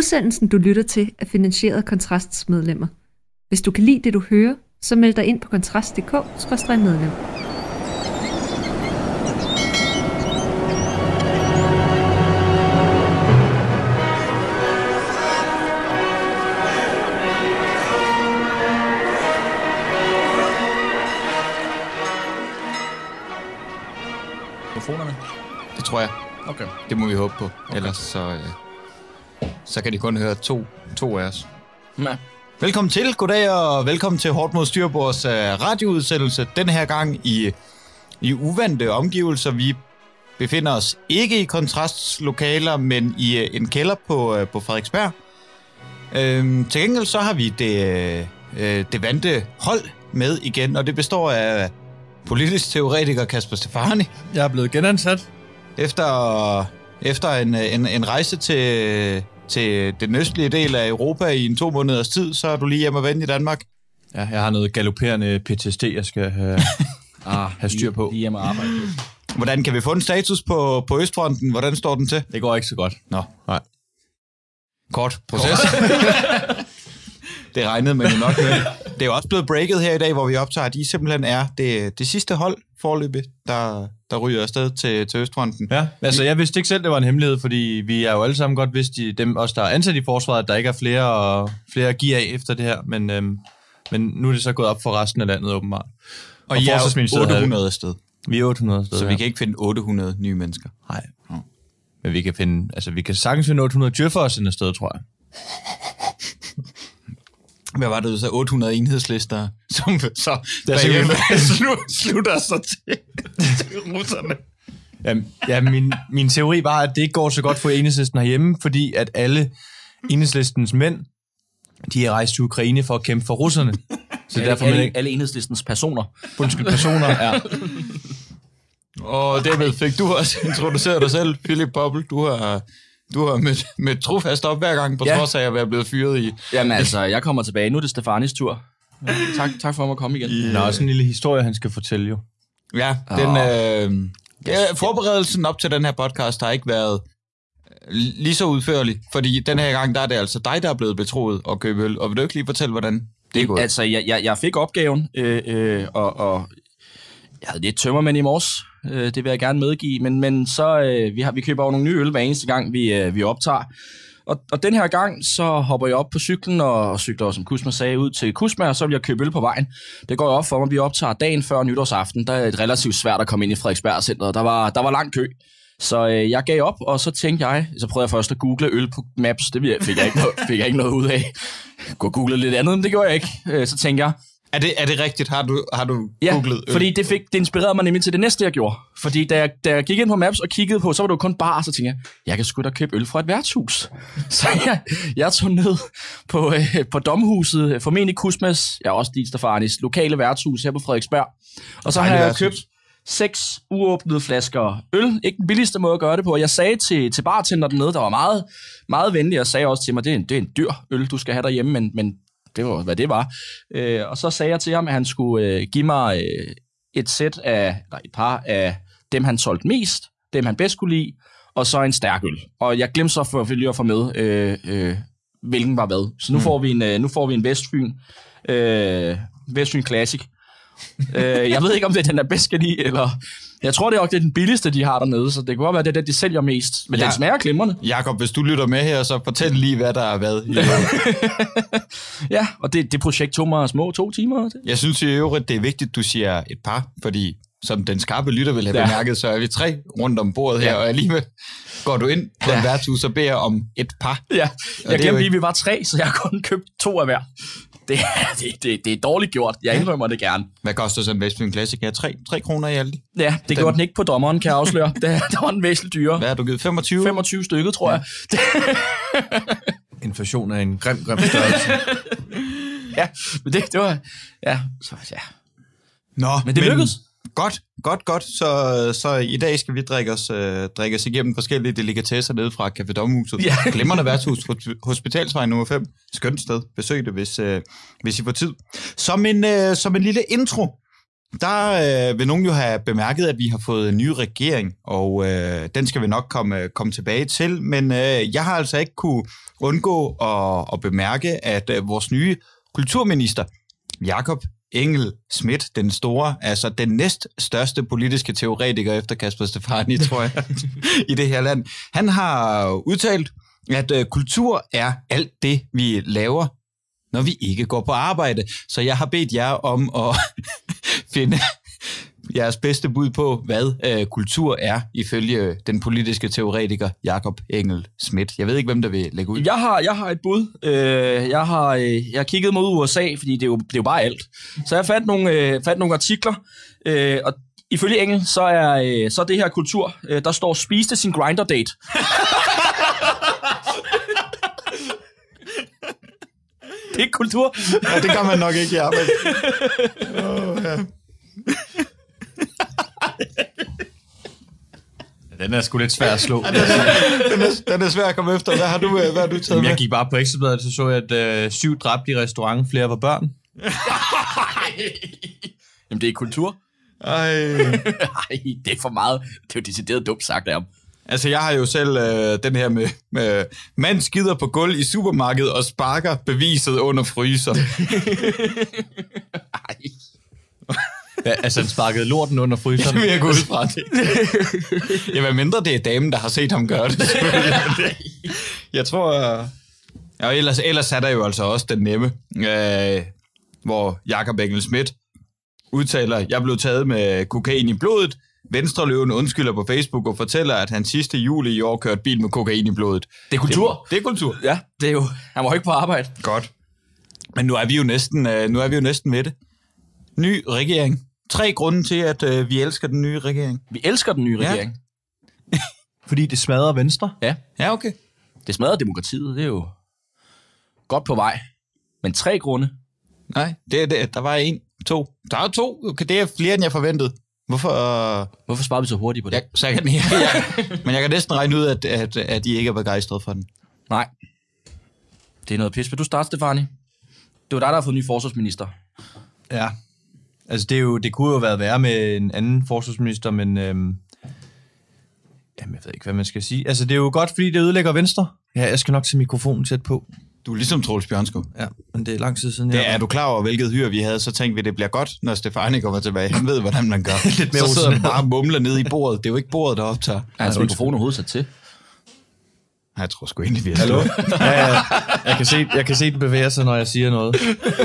Udsendelsen, du lytter til, er finansieret af Kontrasts medlemmer. Hvis du kan lide det, du hører, så meld dig ind på kontrast.dk/medlem. Mikrofonerne? Det tror jeg. Okay. Det må vi håbe på. Okay. Ellers så kan de kun høre to af os. Ja. Velkommen til, goddag og velkommen til Hårdt mod Styrbords radioudsendelse. Den her gang i uvante omgivelser. Vi befinder os ikke i Kontrasts lokaler, men i en kælder på Frederiksberg. Til gengæld så har vi det vante hold med igen, og det består af politisk teoretiker Kasper Stefani. Jeg er blevet genansat. Efter en rejse til den østlige del af Europa i 2 måneders tid, så er du lige hjemme og vende i Danmark. Ja, jeg har noget galopperende PTSD, jeg skal have styr på. Lige hjemme og arbejde på. Hvordan kan vi få en status på Østfronten? Hvordan står den til? Det går ikke så godt. Nå, nej. Kort proces. Det regnede man jo nok med. Det er jo også blevet breaket her i dag, hvor vi optager, at I simpelthen er det sidste hold forløbig, der ryger afsted til Østfronten. Ja, altså jeg vidste ikke selv, det var en hemmelighed, fordi vi er jo alle sammen godt vidst, dem os der er ansat i forsvaret, at der ikke er flere at give af efter det her, men nu er det så gået op for resten af landet åbenbart. Og I er 800 afsted. Vi er 800 afsted, så vi kan ikke finde 800 nye mennesker. Nej. Men vi kan sagtens finde 800 djøffere sådan et sted, tror jeg. Hvad var det, du sagde? 800 enhedslister, som så slutter sig til russerne. Ja, min teori var, at det ikke går så godt for Enhedslisten herhjemme, fordi at alle Enhedslistens mænd, de er rejst til Ukraine for at kæmpe for russerne. Så derfor alle Enhedslistens personer. Undskyld, personer, ja. Og dermed fik du også introduceret dig selv, Philip Poppel. Du har mødt trofast op hver gang, på trods af at være blevet fyret i. Jamen altså, jeg kommer tilbage. Nu er det Stefanis tur. Ja, tak for at komme igen. Der er også en lille historie, han skal fortælle jo. Ja, forberedelsen op til den her podcast har ikke været lige så udførlig, fordi den her gang, der er det altså dig, der er blevet betroet at købe øl. Og vil du ikke lige fortælle, hvordan det er gået? Altså, jeg fik opgaven, og jeg havde lidt tømmermænd i morges. Det vil jeg gerne medgive, men så vi køber jo nogle nye øl hver eneste gang, vi optager. Og den her gang, så hopper jeg op på cyklen og cykler, som Kusma sagde, ud til Kusma, og så vil jeg købe øl på vejen. Det går jo op for mig, vi optager dagen før nytårsaften. Der er det relativt svært at komme ind i Frederiksberg-centret. Der var lang kø. Så jeg gav op, og så tænkte jeg, så prøvede jeg først at google øl på Maps. Det fik jeg ikke noget ud af. Jeg kunne google lidt andet, men det gjorde jeg ikke. Så tænkte jeg, Er det rigtigt? Har du googlet øl? Fordi det inspirerede mig nemlig til det næste, jeg gjorde. Fordi da jeg gik ind på Maps og kiggede på, så var det jo kun bar, så tænkte jeg kan sgu da købe øl fra et værtshus. Så jeg tog ned på Domhuset, formentlig Kusmas, jeg er også dit Stefanis, lokale værtshus her på Frederiksberg. Og så har jeg købt 6 uåbnede flasker øl. Ikke den billigste måde at gøre det på. Jeg sagde til bartender dernede, der var meget, meget venlig, og sagde også til mig, det er en dyr øl, du skal have derhjemme, men det var, hvad det var. Og så sagde jeg til ham, at han skulle give mig et par af dem, han solgte mest, dem han bedst kunne lide, og så en stærk øl. Og jeg glemte så for at få med, hvilken var hvad. Så nu får vi en Vestfyn Classic. Jeg ved ikke, om det er den, der bedst kan lide, eller... Jeg tror, det er den billigste, de har dernede, så det kan godt være, det er den, de sælger mest. Men den smager glimrende. Jakob, hvis du lytter med her, så fortæl lige, hvad der er hvad. Ja, og det projekt tog mig små 2 timer. Jeg synes i øvrigt, det er vigtigt, du siger et par, fordi som den skarpe lytter vil have bemærket, så er vi 3 rundt om bordet her, og alligevel går du ind på et værtshus og beder om et par. Ja, jeg glemte lige, vi var 3, så jeg har kun købt 2 af hver. Det er dårligt gjort. Jeg indrømmer det gerne. Hvad koster sådan en Vestfyn Classic? 3 kroner i alt? Ja, det gjorde den ikke på dommeren, kan jeg afsløre. Der var den væsentligt dyrere. Hvad har du givet? 25? 25 stykket, tror jeg. Inflation er en grim størrelse. Ja, men det var... Ja, så ja. Nå, men det lykkedes. Godt. Så i dag skal vi drikke os igennem forskellige delikatesser nede fra Café Domhuset. Ja. Glimrende værtshus, Hospitalsvej nummer 5. Skønt sted. Besøg det, hvis I får tid. Som en lille intro der vil nogen jo have bemærket, at vi har fået en ny regering, og den skal vi nok komme tilbage til. Men jeg har altså ikke kunne undgå at bemærke, at vores nye kulturminister, Jakob Engel-Schmidt, den store, altså den næststørste politiske teoretiker efter Kasper Stefani, tror jeg, i det her land, han har udtalt, at kultur er alt det, vi laver, når vi ikke går på arbejde. Så jeg har bedt jer om at finde jeres bedste bud på, hvad kultur er, ifølge den politiske teoretiker Jakob Engel-Schmidt. Jeg ved ikke, hvem der vil lægge ud. Jeg har et bud. Jeg har kigget mod USA, fordi det er jo bare alt. Så jeg fandt nogle artikler, og ifølge Engel, så er det her kultur, der står spiste sin grinder date. Det er kultur. Ja, det kan man nok ikke, ja. Ja. Den er sgu lidt svær at slå. Den er svær at komme efter. Hvad har du taget med? Jeg gik bare på Ekstrabladet, så jeg, at 7 dræbte i restaurant, flere var børn. Jamen, det er kultur. Ej, det er for meget. Det er jo decideret dumt sagt af ham. altså, jeg har jo selv den her med mand skider på gulv i supermarkedet og sparker beviset under fryser. Ja, altså, han sparkede lorten under fryseren. Det vil jeg gå ud fra det. Ja, hvad mindre det er damen, der har set ham gøre det. Jeg tror... Ja, ellers er der jo altså også den nemme, hvor Jakob Engel-Schmidt udtaler, jeg blev taget med kokain i blodet. Venstreløven undskylder på Facebook og fortæller, at han sidste juli i år kørte bil med kokain i blodet. Det er kultur. Det er kultur. Ja, det er jo... Han var jo ikke på arbejde. Godt. Men nu er vi jo næsten ved det. Ny regering. 3 grunde til, at vi elsker den nye regering. Vi elsker den nye regering. Fordi det smadrer Venstre. Ja. Ja, okay. Det smadrer demokratiet. Det er jo godt på vej. Men 3 grunde. Nej, der var 1, 2. Der er 2. Okay, det er flere, end jeg forventede. Hvorfor sparer vi så hurtigt på det? Men jeg kan næsten regne ud, at I ikke er begejstret for den. Nej. Det er noget pis. Vil du starte, Stefani? Det var dig, der har fået ny forsvarsminister. Ja. Altså, det kunne jo være værre med en anden forsvarsminister, men jamen, jeg ved ikke, hvad man skal sige. Altså, det er jo godt, fordi det ødelægger Venstre. Ja, jeg skal nok tage mikrofonen tæt på. Du er ligesom Troels Bjørnskov. Ja, men det er lang tid siden. Er du klar over, hvilket hyr vi havde? Så tænkte vi, det bliver godt, når Stefani kommer tilbage. Han ved, hvordan man gør. Lidt mere så sidder han bare og mumler nede i bordet. Det er jo ikke bordet, der optager. Er hans mikrofon overhovedet sat til? Jeg tror sgu egentlig, vi er Hallo? Ja. Jeg kan se den bevæger sig, når jeg siger noget.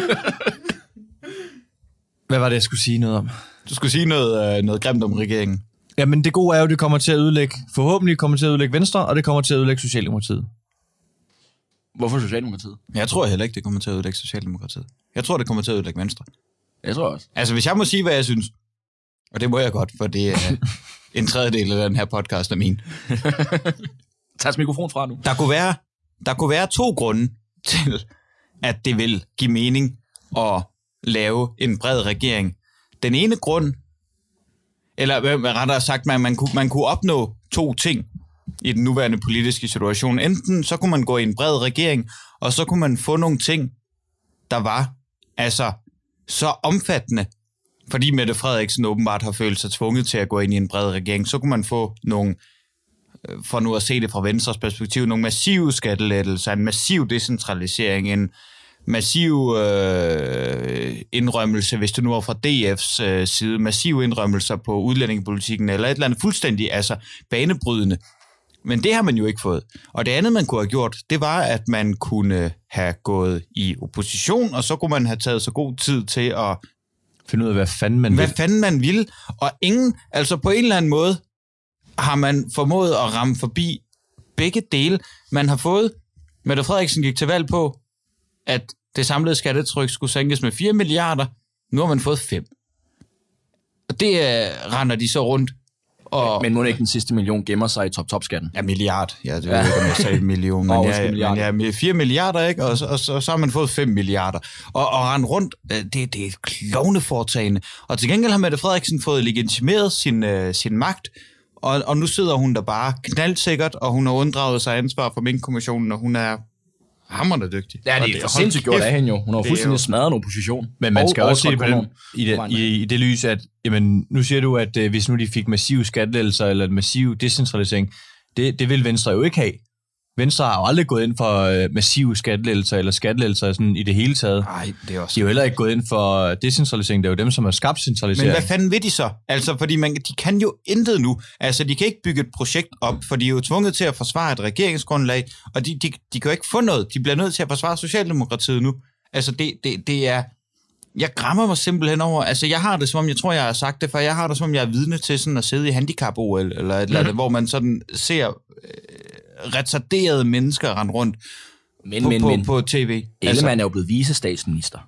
Hvad var det, jeg skulle sige noget om? Du skulle sige noget grimt om regeringen. Jamen, det gode er jo, det kommer til at ødelægge, forhåbentlig kommer til at ødelægge Venstre, og det kommer til at ødelægge Socialdemokratiet. Hvorfor Socialdemokratiet? Jeg tror heller ikke, det kommer til at ødelægge Socialdemokratiet. Jeg tror, det kommer til at ødelægge Venstre. Jeg tror også. Altså, hvis jeg må sige, hvad jeg synes, og det må jeg godt, for det er en tredjedel af den her podcast er min. Tag mikrofon fra nu. Der kunne være 2 grunde til, at det vil give mening at lave en bred regering. Den ene grund, eller rettere sagt, man kunne opnå 2 ting i den nuværende politiske situation. Enten så kunne man gå i en bred regering, og så kunne man få nogle ting, der var altså så omfattende, fordi Mette Frederiksen åbenbart har følt sig tvunget til at gå ind i en bred regering, så kunne man få nogle, for nu at se det fra Venstres perspektiv, nogle massive skattelettelser, en massiv decentralisering, en massiv indrømmelse, hvis det nu er fra DF's side, massive indrømmelser på udlændingepolitikken, eller et eller andet fuldstændig banebrydende. Men det har man jo ikke fået. Og det andet, man kunne have gjort, det var, at man kunne have gået i opposition, og så kunne man have taget så god tid til at finde ud af, hvad fanden man ville. Og altså på en eller anden måde, har man formået at ramme forbi begge dele. Man har fået, Mette Frederiksen gik til valg på, at det samlede skattetryk skulle sænkes med 4 milliarder. Nu har man fået 5. Og det render de så rundt. Men må ikke den sidste million gemmer sig i top-top-skatten? Ja, milliard. Ja, det ved jeg ikke, om jeg sagde million. Men 4 milliarder, ikke? Og så har man fået 5 milliarder. Og rende rundt, det er et klovneforetagende. Og til gengæld har Mette Frederiksen fået legitimeret sin magt. Og nu sidder hun der bare knaldsikkert, og hun har unddraget sig ansvar for Minkkommissionen, og hun er Hamrende dygtig. Ja, det er sindssygt gjort af hende jo. Hun har fuldstændig smadret en opposition. Men man skal også se på den, i det lys, at jamen, nu siger du, at hvis nu de fik massive skattelettelser eller massiv decentralisering, det vil Venstre jo ikke have. Venstre har jo aldrig gået ind for massive skattelettelser eller skattelettelser sådan i det hele taget. Nej, det er også... De er jo heller ikke gået ind for decentralisering. Det er jo dem, som har skabt centralisering. Men hvad fanden vil de så? Altså, fordi de kan jo intet nu. Altså, de kan ikke bygge et projekt op, for de er jo tvunget til at forsvare et regeringsgrundlag, og de kan jo ikke få noget. De bliver nødt til at forsvare Socialdemokratiet nu. Altså, det er... Jeg græmmer mig simpelthen over... Altså, jeg har det som om, jeg tror, jeg har sagt det før, jeg har det som om, jeg er vidne til sådan at sidde i handicap-OL, eller et eller andet, hvor man sådan ser... retarderede mennesker rende rundt på tv. Ellemann er jo blevet vicestatsminister.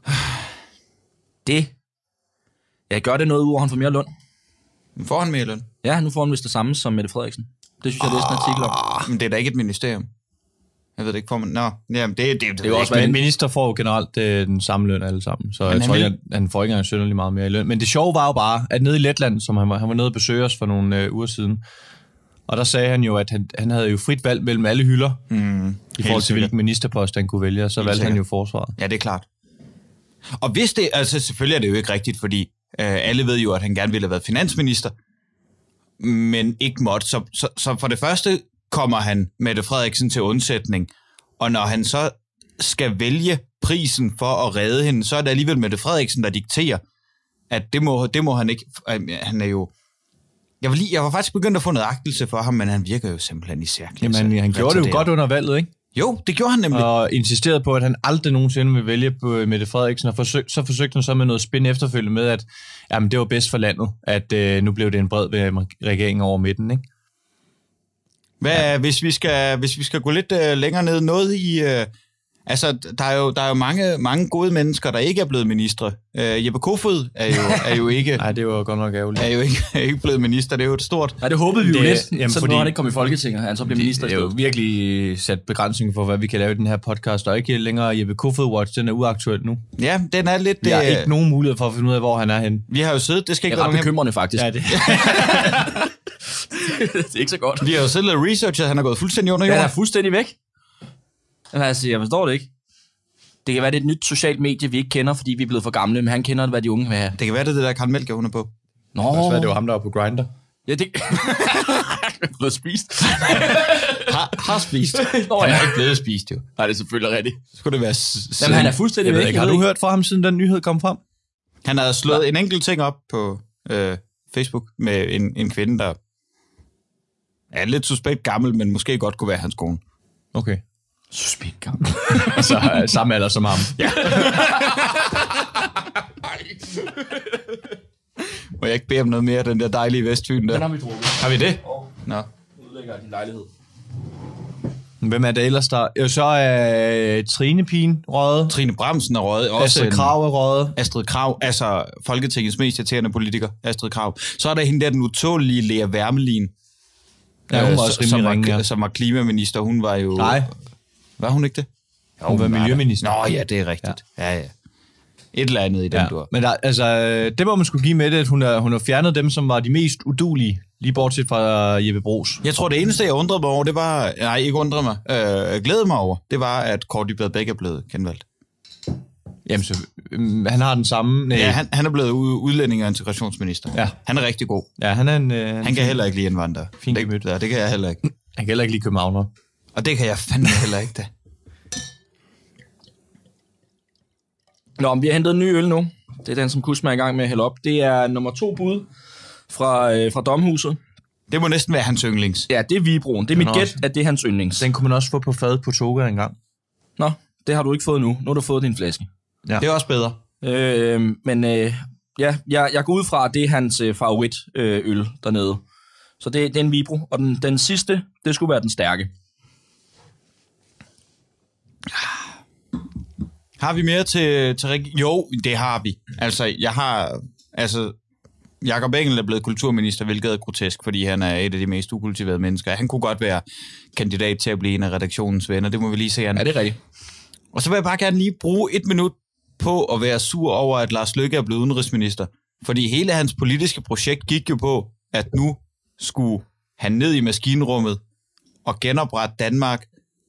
Gør det noget, hvor han får mere løn? Får han mere løn? Ja, nu får han vist det samme som Mette Frederiksen. Det synes jeg, det er en artikel om. Men det er da ikke et ministerium. Jeg ved det ikke, får man... Nå, jamen det er jo også, men minister får jo generelt den samme løn alle sammen, så jeg tror ikke, han får ikke engang synderligt meget mere i løn. Men det sjove var jo bare, at nede i Letland, som han var nede og besøge os for nogle uger siden, og der sagde han jo, at han havde jo frit valg mellem alle hylder, i forhold til hvilken ministerpost han kunne vælge, så valgte han jo forsvaret. Ja, det er klart. Og hvis det, altså selvfølgelig er det jo ikke rigtigt, fordi alle ved jo, at han gerne ville have været finansminister, men ikke måtte. Så for det første kommer han Mette Frederiksen til undsætning, og når han så skal vælge prisen for at redde hende, så er det alligevel Mette Frederiksen, der dikterer, at det må han ikke. Han er jo... Jeg var faktisk begyndt at få noget agtelse for ham, men han virker jo simpelthen i særkelig. Jamen, han gjorde det jo godt under valget, ikke? Jo, det gjorde han nemlig. Og insisterede på, at han aldrig nogensinde ville vælge på Mette Frederiksen, og så forsøgte han så med noget spin efterfølgende med, at jamen, det var bedst for landet, at nu blev det en bred regering over midten, ikke? Hvad, hvis vi skal gå lidt længere ned, noget i... Altså, der er jo mange gode mennesker, der ikke er blevet ministre. Jeppe Kofod er jo ikke... Nej, det var godt nok ærgerligt. Er jo ikke blevet minister, det er jo et stort... Nej, det håbede vi jo lidt. Jamen, så nu har han ikke kommet i Folketinget, han så bliver minister. Det er jo virkelig sat begrænsninger for, hvad vi kan lave i den her podcast, og ikke længere Jeppe Kofod-watch, den er uaktuel nu. Ja, den er lidt... Vi har ikke nogen mulighed for at finde ud af, hvor han er henne. Vi har jo siddet, det skal ikke være ret bekymrende, faktisk. Ja, det. Det er ikke så godt. Vi har jo siddet og researchet, han er gået fuldstændig under jorden. Han er fuldstændig væk. Altså, jeg forstår det ikke. Det kan være, det er et nyt socialt medie, vi ikke kender, fordi vi er blevet for gamle, men han kender, hvad de unge vil have. Det kan være, det der Karl Melchior, hun er på. Nå. Det var det var ham, der var på Grindr. Ja, det... er blevet spist. har spist. Nå, han er ikke blevet spist, jo. Nej, det er selvfølgelig rigtigt. Skulle det være... Jamen, han er fuldstændig væk. Har du hørt fra ham, siden den nyhed kom frem? Han havde slået en enkelt ting op på Facebook med en kvinde, der er lidt suspekt gammel, men måske godt kunne være hans kone. Okay. Suspekt gammel. Altså samme alder som ham. Ja. Må jeg ikke bede om noget mere af den der dejlige Vestfyn der? Den har vi drukket. Har vi det? Nå. Udlægger din lejlighed. Hvem er det ellers der? Jo, så er Trine Pigen røget. Trine Bramsen er røget. Astrid Krag er røget. Astrid Krag, altså Folketingets mest irriterende politiker, Astrid Krag. Så er der hende der, den utålige Lea Wermelin. Ja, hun var også rimelig ringe, ja. Som var klimaminister. Hun var jo... Nej. Var hun ikke det? Ja, hun var miljøminister. Nå ja, det er rigtigt. Ja. Et eller andet i den dur. Men der, altså, det må man skulle give med det, at hun har fjernet dem, som var de mest udulige, lige bortset fra Jeppe Brugs. Jeg tror, det eneste, jeg undrede mig over, det var... Nej, ikke undrede mig. Glædede mig over, det var, at Kåre Dybvad Bæk er blevet genvalgt. Jamen, så, han har den samme... Nej. Ja, han er blevet udlænding- og integrationsminister. Ja. Han er rigtig god. Ja, han er en... han kan heller ikke lide indvandrere. Fint gemyt. Det kan jeg heller ikke. Han kan heller ikke lide københavner. Og det kan jeg fandme heller ikke, da. Nå, vi har hentet en ny øl nu. Det er den, som Kusma er i gang med at hælde op. Det er nummer 2 bud fra Domhuset. Det må næsten være hans yndlings. Ja, det er Vibroen. Det er mit gæt, at det er hans yndlings. Den kunne man også få på fad på Toga engang. Nå, det har du ikke fået nu. Nu har du fået din flaske. Ja. Det er også bedre. Jeg går ud fra, at det er hans favorit øl dernede. Så det er en Vibro. Og den sidste, det skulle være den stærke. Har vi mere til Jo, det har vi. Jakob Engel er blevet kulturminister, hvilket er grotesk, fordi han er et af de mest ukultiverede mennesker. Han kunne godt være kandidat til at blive en af redaktionens venner. Det må vi lige se. Ja, det er rigtigt. Og så vil jeg bare gerne lige bruge 1 minut på at være sur over, at Lars Løkke er blevet udenrigsminister. Fordi hele hans politiske projekt gik jo på, at nu skulle han ned i maskinrummet og genoprette Danmark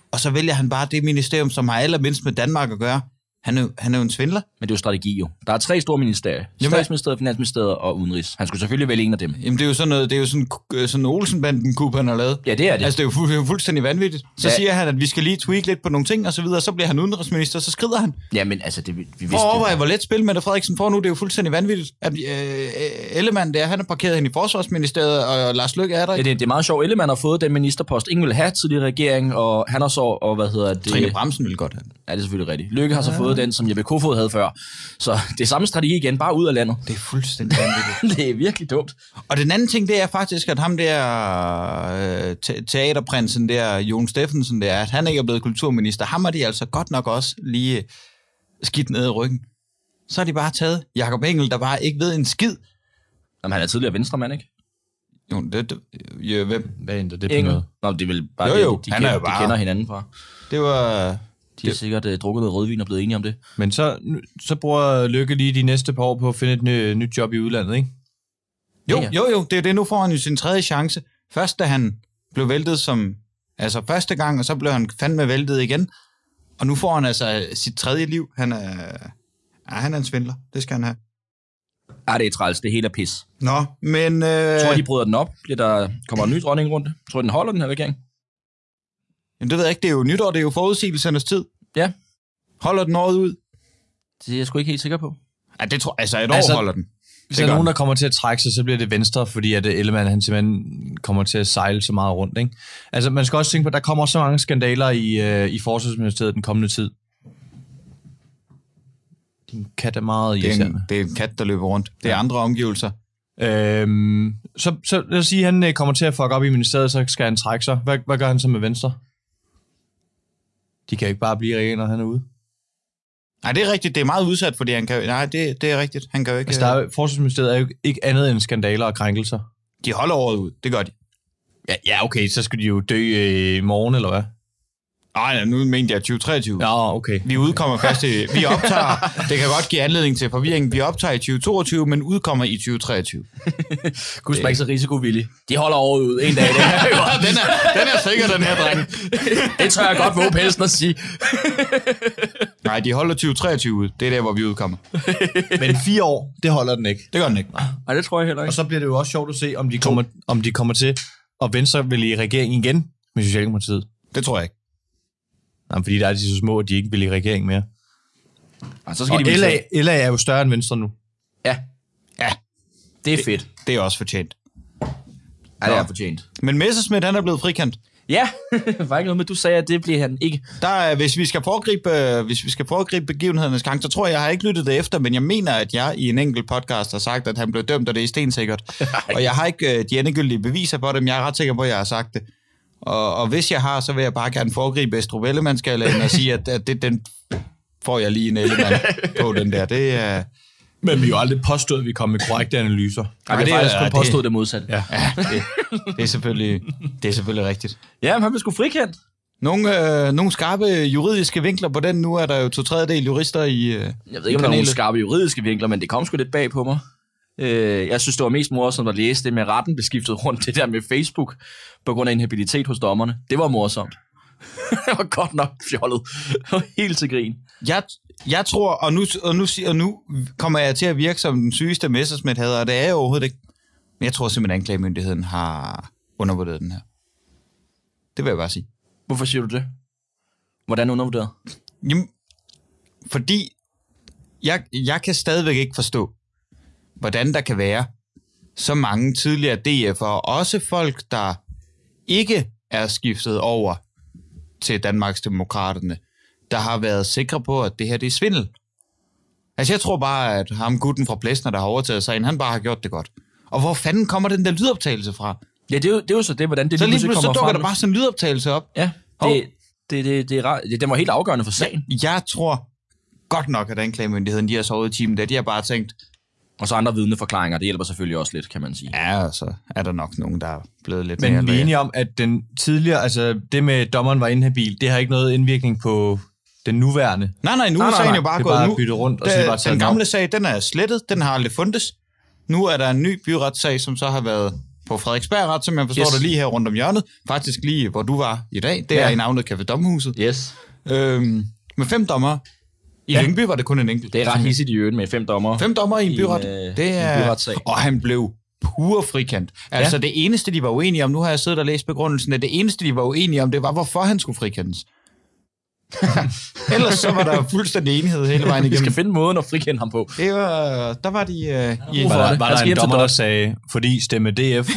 og så vælger han bare det ministerium, som har allermindst med Danmark at gøre. Han er jo en svindler. Men det er jo strategi jo. Der er 3 store ministerier. Statsministeriet, Finansministeriet og Udenrigs. Han skulle selvfølgelig vælge en af dem. Jamen det er jo sådan noget, det er jo sådan Olsen-banden-kup, han har lavet. Ja, det er det. Altså det er jo fuldstændig vanvittigt. Så siger han, at vi skal lige tweak lidt på nogle ting, og så videre, så bliver han udenrigsminister, så skrider han. Ja, men altså, det, vi vidste For at overveje, hvor let spil Mette Frederiksen får nu, det er jo fuldstændig vanvittigt. At Ellemann der, han er parkeret hen i Forsvarsministeriet, og Lars Løkke er der ikke. Ja, det er meget sjovt. Ellemann har fået den ministerpost. Ingen vil have tidligere regering, og han har så, og hvad hedder det? Trine Bramsen vil godt have den. Ja, det er selvfølgelig rigtigt. Løkke har så fået den, som Jeppe Kofod havde før. Så det er samme strategi igen, bare ud af landet. Det er fuldstændig vanvittigt. Det er virkelig dumt. Og den anden ting, det er faktisk, at ham der teaterprinsen der, Jon Steffensen der, at han ikke er blevet kulturminister. Ham er de altså godt nok også lige skidt ned i ryggen. Så har de bare taget Jakob Engel, der bare ikke ved en skid. Jamen, han er tidligere venstremand, ikke? Jo, hvem? Hvad ændrer det på Engel. noget? Nå, det er vel bare Jo, det, de, han er jo de bare- kender hinanden fra. Det var... De har sikkert drukket noget rødvin og blevet enige om det. Men så bruger Løkke lige de næste par år på at finde et nyt job i udlandet, ikke? Jo, det er det. Nu får han jo sin 3. chance. Først da han blev væltet som... Altså første gang, og så blev han fandme væltet igen. Og nu får han altså sit 3. liv. Han er en svindler. Det skal han have. Ja, det er træls. Det hele er pis. Nå, men... Tror de bryder den op? Kommer en ny dronning rundt? Tror den holder den her regering? Jamen, det ved jeg ikke. Det er jo nytår. Det er jo forudsigelsernes tid. Ja. Holder den året ud? Det er jeg sgu ikke helt sikker på. Ja, det tror altså et år holder den. Hvis der er nogen, der kommer til at trække sig, så bliver det Venstre, fordi at Ellemann, han simpelthen kommer til at sejle så meget rundt, ikke? Altså, man skal også tænke på, at der kommer så mange skandaler i Forsvarsministeriet den kommende tid. Din kat er meget irriterende. Det er en kat, der løber rundt. Det er andre omgivelser. Så lad os sige, at han kommer til at fuck op i ministeriet, så skal han trække sig. Hvad gør han så med Venstre? De kan ikke bare blive rene, når han er ude. Nej, det er rigtigt. Det er meget udsat, fordi han kan... Nej, det er rigtigt. Han kan jo ikke... Altså, Forsvarsministeriet er jo ikke andet end skandaler og krænkelser. De holder året ud. Det gør de. Ja, okay, så skal de jo dø i morgen, eller hvad? Nej, nu mente jeg 2023. Ja, okay. Vi udkommer først i... Vi optager... Det kan godt give anledning til forvirring. Vi optager i 2022, men udkommer i 2023. Husk ikke så risikovillig. De holder året ud en dag. den er sikker, den her, dreng. Det tør jeg godt våge pelsen at sige. Nej, de holder 2023 ud. Det er der, hvor vi udkommer. Men 4 år, det holder den ikke. Det gør den ikke. Nej, det tror jeg heller ikke. Og så bliver det jo også sjovt at se, om de kommer til, og Venstre vil i regering igen med Socialdemokratiet. Det tror jeg ikke. Nej, fordi der er de så små, at de ikke vil i regering mere. Og så skal Og de LA er jo større end Venstre nu. Ja, Ja, det er fedt. det er også fortjent. Ja, det er fortjent. Men Messerschmidt, han er blevet frikendt. Ja, var ikke noget med, du sagde, at det bliver han ikke. Hvis vi skal foregribe begivenhedernes gang, så tror jeg har ikke lyttet det efter, men jeg mener, at jeg i en enkelt podcast har sagt, at han blev dømt, og det er stensikkert. Og jeg har ikke de endegyldige beviser på det, men jeg er ret sikker på, at jeg har sagt det. Og hvis jeg har, så vil jeg bare gerne foregribe Estrup Ellemann-skalaen og sige, at den får jeg lige en Ellemann på den der. Det er... Men vi har jo aldrig påstået, at vi kommer med korrekte analyser. Nej, det er faktisk kun påstået det modsatte. Ja. Det er selvfølgelig rigtigt. Ja, men han blev sgu frikendt. Nogle skarpe juridiske vinkler på den. Nu er der jo 2/3 jurister i Jeg ved ikke, om der er nogle skarpe juridiske vinkler, men det kom sgu lidt bag på mig. Jeg synes, det var mest morsomt at læse det med retten blev skiftet rundt, det der med Facebook, på grund af inhabilitet hos dommerne. Det var morsomt. Det var godt nok fjollet. Helt til grin. Jeg tror, og nu kommer jeg til at virke som den sygeste Messerschmidt-hader, og det er jeg overhovedet ikke. Men jeg tror simpelthen, at anklagemyndigheden har undervurderet den her. Det vil jeg bare sige. Hvorfor siger du det? Hvordan undervurderet? Jamen, fordi jeg kan stadigvæk ikke forstå, hvordan der kan være så mange tidligere DF'ere, også folk, der ikke er skiftet over til Danmarksdemokraterne, der har været sikre på, at det her det er svindel. Altså jeg tror bare, at ham gutten fra Plesner, der har overtaget sagen, han bare har gjort det godt. Og hvor fanden kommer den der lydoptagelse fra? Ja, det er jo så det, hvordan det så lige kommer så dukker frem. der bare sådan en lydoptagelse op. Ja, det var helt afgørende for sagen. Jeg tror godt nok, at anklagemyndigheden, de har sovet i timen der. De har bare tænkt... Og så andre vidneforklaringer, det hjælper selvfølgelig også lidt, kan man sige. Ja, og så er der nok nogen, der er blevet lidt Men mere... vi er enige om, at den tidligere, altså det med dommeren var inhabil, det har ikke noget indvirkning på den nuværende. Nej, nu er sagen jo bare det er gået bare nu. byttet rundt, og så er det bare taget den gamle sag, den er slettet, den har aldrig fundet. Nu er der en ny byretssag, som så har været på Frederiksberg, som jeg forstår det lige her rundt om hjørnet. Faktisk lige, hvor du var i dag. Det er i navnet Café Domhuset. Yes. Med 5 dommer. I Lyngby var det kun en enkelt. Det er ret hissigt i øvrigt med 5 dommer. 5 dommer i en byret. Det er, og han blev pur frikendt. Altså det eneste, de var uenige om, nu har jeg siddet og læst begrundelsen, at det eneste, de var uenige om, det var, hvorfor han skulle frikendes. Ellers så var der fuldstændig enighed hele vejen igennem. Vi skal finde måden at frikende ham på. Det var, der var de... Var der en dommer, der sagde, fordi stemme DF?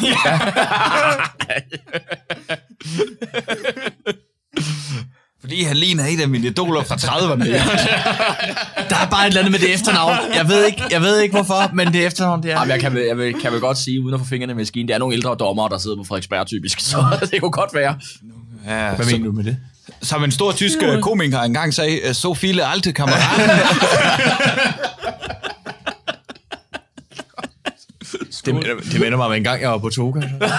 Fordi han ligner et af mine idoler fra 30'erne. Der er bare et eller andet med det efternavn. Jeg ved ikke hvorfor, men det efternavn, det er... Jamen, jeg kan vel godt sige, uden at få fingrene i maskinen, det er nogle ældre dommere, der sidder på Frederiksberg typisk, så det kunne godt være. Ja, hvad mener du med det? Som en stor tysk komiker engang sagde, så viele alte kammerater. Det minder mig om en gang, jeg var på Toga.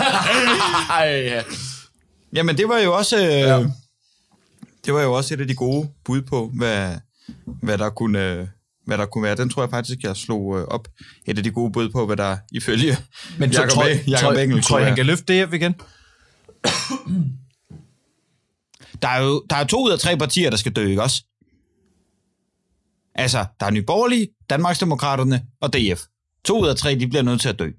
Jamen, det var jo også... Det var jo også et af de gode bud på, hvad der kunne være. Den tror jeg faktisk, jeg slog op. Et af de gode bud på, hvad der ifølge Jacob Engel. Tror jeg, han kan løfte det igen? Der er 2 ud af 3 partier, der skal dø, ikke også? Altså, der er Nye Borgerlige, Danmarksdemokraterne og DF. 2 ud af 3, de bliver nødt til at dø.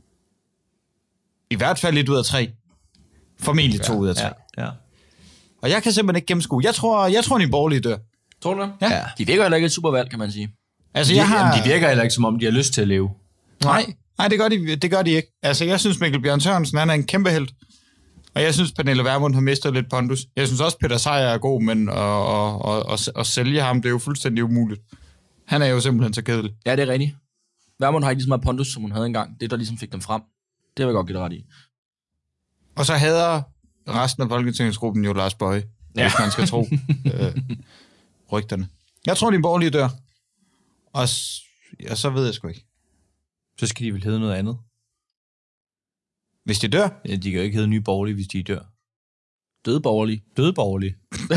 I hvert fald 1 ud af 3. Formentlig 2 ud af 3. Ja. Og jeg kan simpelthen ikke gennemskue. Jeg tror Nye Borgerlige dør. Tror du det? Ja. De virker heller ikke et supervalg, kan man sige. Altså, de virker heller ikke, som om de har lyst til at leve. Nej, det gør de ikke. Altså, jeg synes, Mikkel Bjørn Sørensen, han er en kæmpe helt. Og jeg synes, Pernille Vermund har mistet lidt pondus. Jeg synes også, Peter Sejer er god, men at sælge ham, det er jo fuldstændig umuligt. Han er jo simpelthen så kedelig. Ja, det er rigtigt. Vermund har ikke lige så meget pondus, som hun havde engang. Det, der ligesom fik dem frem. Det vil jeg godt give dig ret i. Og så hader resten af Folketingsgruppen jo Lars Boje, hvis man skal tro rygterne. Jeg tror, de borgerlige dør. Og så ved jeg sgu ikke. Så skal de vel hedde noget andet. Hvis de dør? Ja, de kan jo ikke hedde Nye Borgerlige, hvis de dør. Døde borgerlige. Døde borgerlige.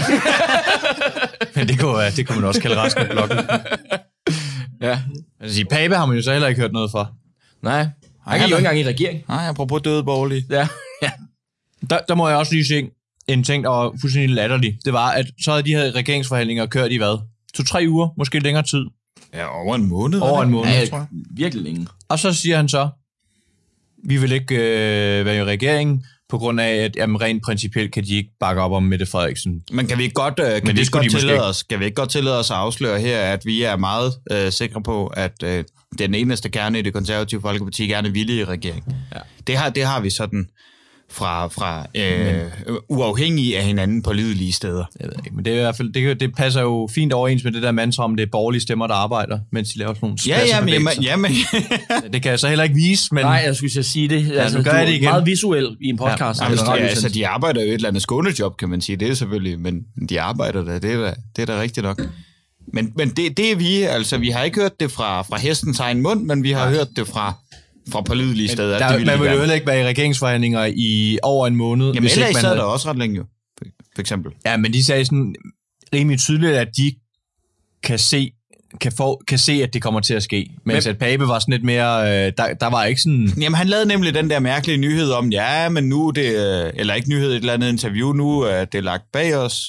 Men det kunne man også kalde resten af blokken. Ja. Altså, Pape har man jo så heller ikke hørt noget fra. Nej. Han er jo ikke engang i regering. Nej, apropos døde borgerlige. Ja. Der må jeg også lige se en ting, der var fuldstændig latterlig. Det var, at så havde de her regeringsforhandlinger kørt i hvad? 2-3 uger, måske længere tid. Ja, over en måned. Over en måned, ja, tror jeg. Virkelig længe. Og så siger han så, vi vil ikke være i regeringen, på grund af, at rent principielt kan de ikke bakke op om Mette Frederiksen. Men kan vi ikke godt, tillade os at afsløre her, at vi er meget sikre på, at den eneste kerne i det konservative Folkeparti gerne vil i regering. Ja. Det har vi sådan fra uafhængige af hinanden på lidelige steder. Jeg ved ikke, men det er i hvert fald det passer jo fint overens med det der mantra om det er borgerlige stemmer, der arbejder, mens de laver sådan nogle men det kan jeg så heller ikke vise, men... Nej, jeg skulle sige det. Altså, du er det igen. Meget visuel i en podcast. Altså, de arbejder jo et eller andet skånejob, kan man sige. Det er selvfølgelig, men de arbejder da. Det er da rigtigt nok. Men det er vi, altså vi har ikke hørt det fra hestens egen mund, men vi har hørt det fra pålidelige steder. Man vil jo heller ikke være i regeringsforhandlinger i over en måned. Jamen ellers ikke sad der også ret længe jo, for eksempel. Ja, men de sagde sådan rimelig tydeligt, at de kan se, at det kommer til at ske. Mens at Pape var sådan lidt mere, der var ikke sådan... Jamen han lavede nemlig den der mærkelige nyhed om, ja, men nu det, eller ikke nyhed, et eller andet interview, nu er det lagt bag os,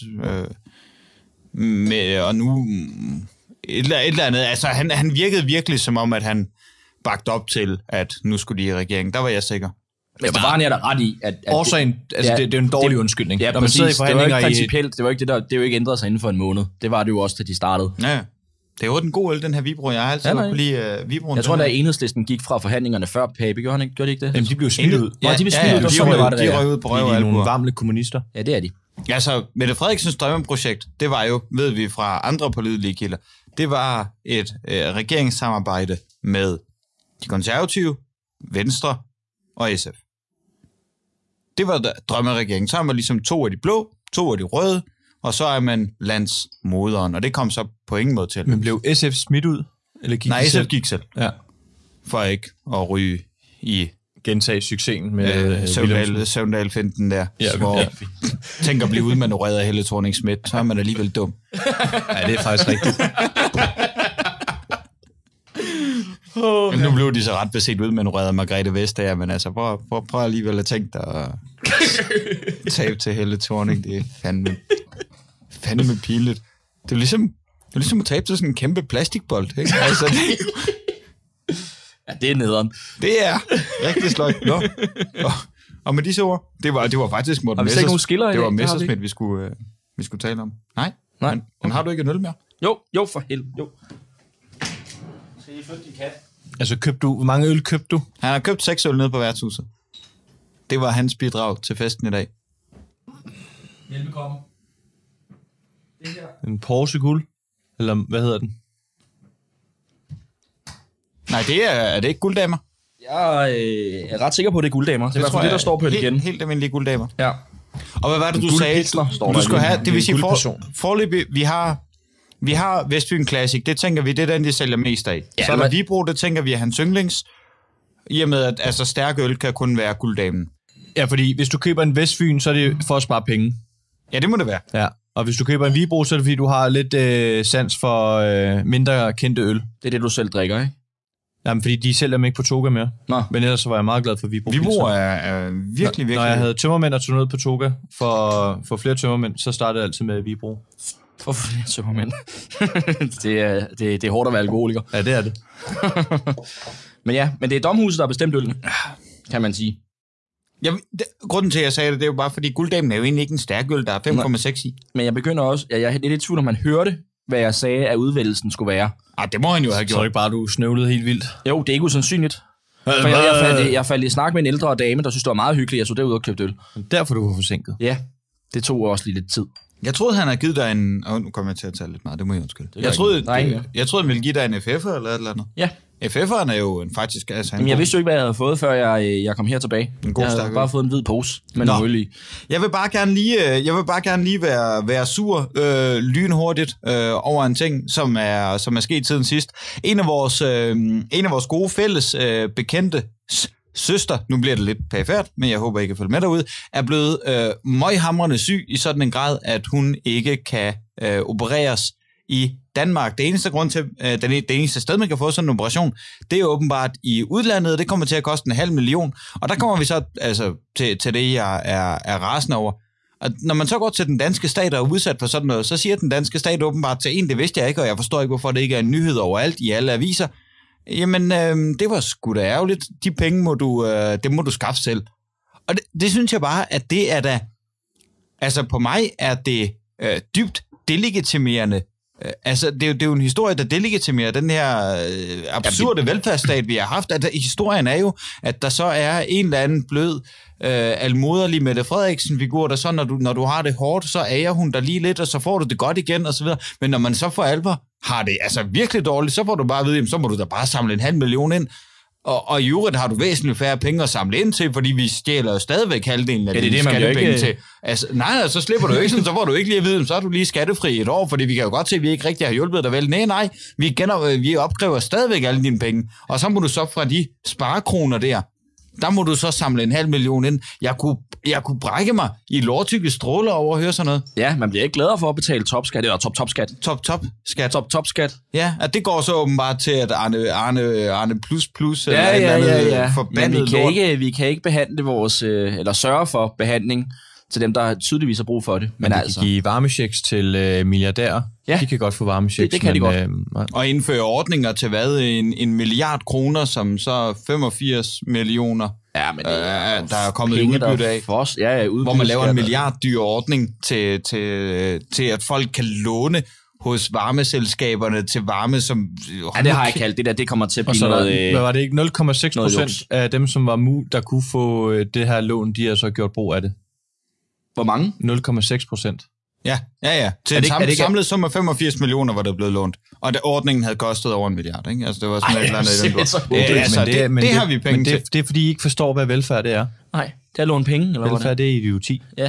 og nu et eller andet. Altså han virkede virkelig som om, at han bagt op til, at nu skulle de i regeringen. Der var jeg sikker. Men det var han der ret i, at årsagen, altså det er en dårlig undskyldning. Ja, præcis. Det var ikke principielt. Det var ikke det er jo ikke ændret sig inden for en måned. Det var det jo også, da de startede. Ja. Det var den gode øl, den her Vibro. Jeg har altid godt kunne lide Vibroen. Jeg tror, da Enhedslisten gik fra forhandlingerne før Pape. Gjorde de ikke det? Jamen, de blev smidt ud. Ja, de blev smidt ud. De røg ud på røv. De er nogle varmle kommunister. Ja, det er de. Altså, Mette Frederiksens drømmeprojekt, det var jo, ved vi fra andre pålidelige kilder, det var et regeringssamarbejde med de konservative, Venstre og SF. Det var drømmeregeringen. Så er man ligesom 2 af de blå, 2 af de røde, og så er man landsmoderen, og det kom så på ingen måde til. Men blev SF smidt ud? Eller gik Nej, SF gik selv. Ja. For ikke at ryge i... Gentage succesen med Søvndal-finten der, hvor tænk at blive udmanøvreret af Helle Thorning-Schmidt, så er man alligevel dum. Ja, det er faktisk rigtigt. Men nu blev de så ret beset ud med en rød Margrethe Vestager, men altså, prøv alligevel at tænke dig at tabe til Helle Thorning. Det er fandme pinligt. Det er ligesom at tabe til sådan en kæmpe plastikbold, ikke? Altså, Ja, det er nederen. det er rigtig sløjt. Nå. Og med disse ord, det var faktisk Morten Har vi ikke nogen skiller i Det dag? var Det har vi Messerschmidt, vi skulle tale om. Nej. Men har du ikke en øl mere? Jo, for helvede. Jo. Skal I flytte din kat? Altså, hvor mange øl købte du? Han har købt 6 øl nede på værtshuset. Det var hans bidrag til festen i dag. Velbekomme. Det her. En Porsche Guld? Eller hvad hedder den? Nej, er det ikke gulddamer? Jeg er ret sikker på, at det er gulddamer. Det er i hvert fald det, der står på etiketten. Helt almindelige gulddamer. Ja. Og hvad var det, du sagde? Guldpilsner står Du der skulle i. have, det vil sige, guldperson. foreløbig, vi har Vestfyn Classic, det tænker vi, det er den, de sælger mest af. Ja, så er der men- Vibro, det tænker vi er hans yndlings, i og med, at altså, stærke øl kan kun være gulddamen. Ja, fordi hvis du køber en Vestfyn, så er det for at spare penge. Ja, det må det være. Ja. Og hvis du køber en Vibro, så er det fordi, du har lidt sans for mindre kendte øl. Det er det, du selv drikker, ikke? Jamen, fordi de sælger dem ikke på Toga mere. Nå. Men ellers så var jeg meget glad for Vibro. Vibro er virkelig. Når jeg havde tømmermænd og tog noget på Toga for flere tømmermænd, så startede jeg altid med Vibro. For flere tømmermænd. det er hårdt at være alkoholiker. Ja, det er det. Men det er domhuset, der har bestemt ølene, kan man sige. Grunden til, at jeg sagde det, det er jo bare, fordi gulddamen er jo egentlig ikke en stærk øl, der er 5,6 i. Men jeg begynder også, jeg er lidt i tvivl, om man hørte, hvad jeg sagde, at udvælgelsen skulle være. Det må han jo have Så er gjort. det ikke bare, du snøvlede helt vildt. Jo, det er ikke usandsynligt. For jeg faldt i snak med en ældre dame, der synes, det var meget hyggeligt. Jeg så derud og købte øl. Derfor du var forsinket. Ja, det tog også lige lidt tid. Jeg troede, han havde givet dig en... nu kommer jeg til at tale lidt meget, det må jeg undskylde. gør Jeg troede, ikke noget. jeg troede, han ville give dig en FF'er eller et eller andet. Ja, FF'eren er jo faktisk... Altså, men jeg vidste jo ikke, hvad jeg havde fået, før jeg kom her tilbage. En god jeg stærk havde øl. bare fået en hvid pose med noget øl i. Jeg vil bare gerne lige være sur lynhurtigt over en ting, som er sket siden sidst. En af vores gode fælles bekendte søster, nu bliver det lidt perifert, men jeg håber, I kan følge med derude, er blevet møghamrende syg i sådan en grad, at hun ikke kan opereres i Danmark. Det eneste grund til, det eneste sted, man kan få sådan en operation, det er åbenbart i udlandet, og det kommer til at koste 500.000, og der kommer vi så altså til det, jeg er rasende over. Og når man så går til den danske stat og er udsat for sådan noget, så siger den danske stat åbenbart til en, det vidste jeg ikke, og jeg forstår ikke, hvorfor det ikke er en nyhed overalt i alle aviser. Jamen, det var sgu da ærgerligt. De penge må du skaffe selv. Og det synes jeg bare, at det er da... Altså, på mig er det dybt delegitimerende. Altså, det er jo en historie, der delegitimerer den her absurde velfærdsstat, vi har haft. At historien er jo, at der så er en eller anden blød, almoderlig Mette Frederiksen-figur, der så, når du har det hårdt, så ærer hun dig lige lidt, og så får du det godt igen, og så videre. Men når man så for alvor har det altså virkelig dårligt, så får du bare at vide, jamen, så må du da bare samle 500.000 ind. Og i øvrigt har du væsentligt færre penge at samle ind til, fordi vi stjæler jo stadigvæk halvdelen af dine skattepenge ikke... til. Altså, nej, så slipper du ikke sådan, så får du ikke lige at vide, så er du lige skattefri et år, fordi vi kan jo godt se, at vi ikke rigtig har hjulpet dig vel. Nej, vi opkræver stadigvæk alle dine penge, og så må du så fra de sparekroner der må du så samle 500.000 ind. Jeg kunne brække mig i lårtykke stråler over at høre sådan noget. Ja, man bliver ikke gladere for at betale topskat, eller top-top-skat. Top-top-skat. Top-top-skat. Ja, at det går så åbenbart til, at Arne plus Ja. forbandet Men vi kan ikke behandle vores, eller sørge for behandling til dem, der tydeligvis har brug for det. Men altså, kan give varmechecks til milliardærer. Ja. De kan godt få varmechecks. Det kan de godt. Og indføre ordninger til hvad? 1 milliard kroner, som så 85 millioner, ja, men der er kommet udbytte af. Hvor man laver en milliarddyr ordning til, at folk kan låne hos varmeselskaberne til varme, som... Ja, det har jeg kaldt. Det der, det kommer til at blive noget... Hvad var det ikke? 0,6% af dem, som var der kunne få det her lån, de har så gjort brug af det. Hvor mange? 0,6%. Ja. Til en samlet sum af 85 millioner var det blevet lånt. Og ordningen havde kostet over 1 milliard, ikke? Altså, det var sådan et eller andet. Det har vi penge til. Det er, fordi I ikke forstår, hvad velfærd det er. Nej, det er låne penge, eller velfærd, det er idioti. Ja,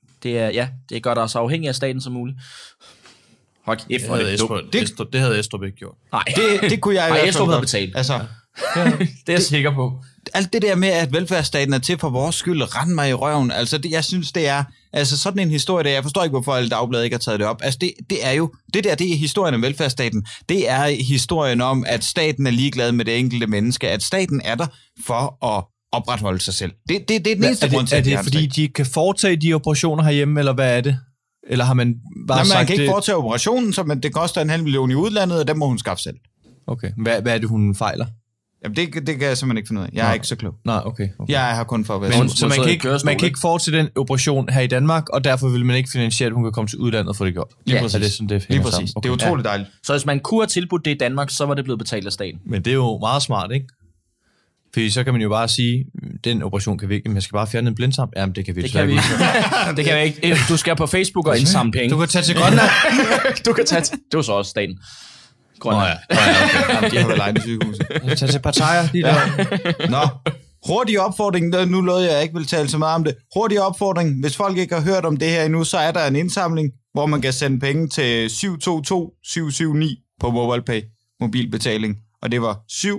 det gør dig så afhængig af staten som muligt. Det havde Estrup ikke gjort. Nej. Det kunne jeg i hvert fald Estrup havde betalt. Altså, Det er jeg sikker på. Alt det der med, at velfærdsstaten er til for vores skyld, rend mig i røven. Altså, jeg synes, det er sådan en historie, der jeg forstår ikke, hvorfor alle dagblade ikke har taget det op. Altså, det er jo, det er historien om velfærdsstaten. Det er historien om, at staten er ligeglad med det enkelte menneske, at staten er der for at opretholde sig selv. Det er den eneste grund til, er det fordi, de kan foretage de operationer herhjemme, eller hvad er det? Eller har man bare sagt man kan ikke foretage operationen, så det koster 500.000 i udlandet, og den må hun skaffe selv. Okay. Hvad er det, hun fejler? Jamen, det kan jeg simpelthen ikke finde ud af. Jeg er ikke så klog. Nej, okay. Jeg er her kun for at være så man kan ikke foretage den operation her i Danmark, og derfor vil man ikke finansiere, at hun kan komme til udlandet og få det gjort. Lige præcis. Er det sådan, det lige præcis. Okay. Det er utroligt dejligt. Så hvis man kunne have tilbudt det i Danmark, så var det blevet betalt af staten. Men det er jo meget smart, ikke? Fordi så kan man jo bare sige, den operation kan vi ikke, men jeg skal bare fjerne en blindtarm. Jamen, det kan vi ikke. Det kan vi ikke. Du skal på Facebook og indsamle penge. Du kan tage til Grønland. Det var så også staten. Grønland. Okay. Jamen, de har vel egen sygehus. Tag til Pattaya, de der. Nå, hurtig opfordring. Nu lovede jeg ikke vil tale så meget om det. Hurtig opfordring. Hvis folk ikke har hørt om det her endnu, så er der en indsamling, hvor man kan sende penge til 722779 på MobilePay, mobilbetaling. Og det var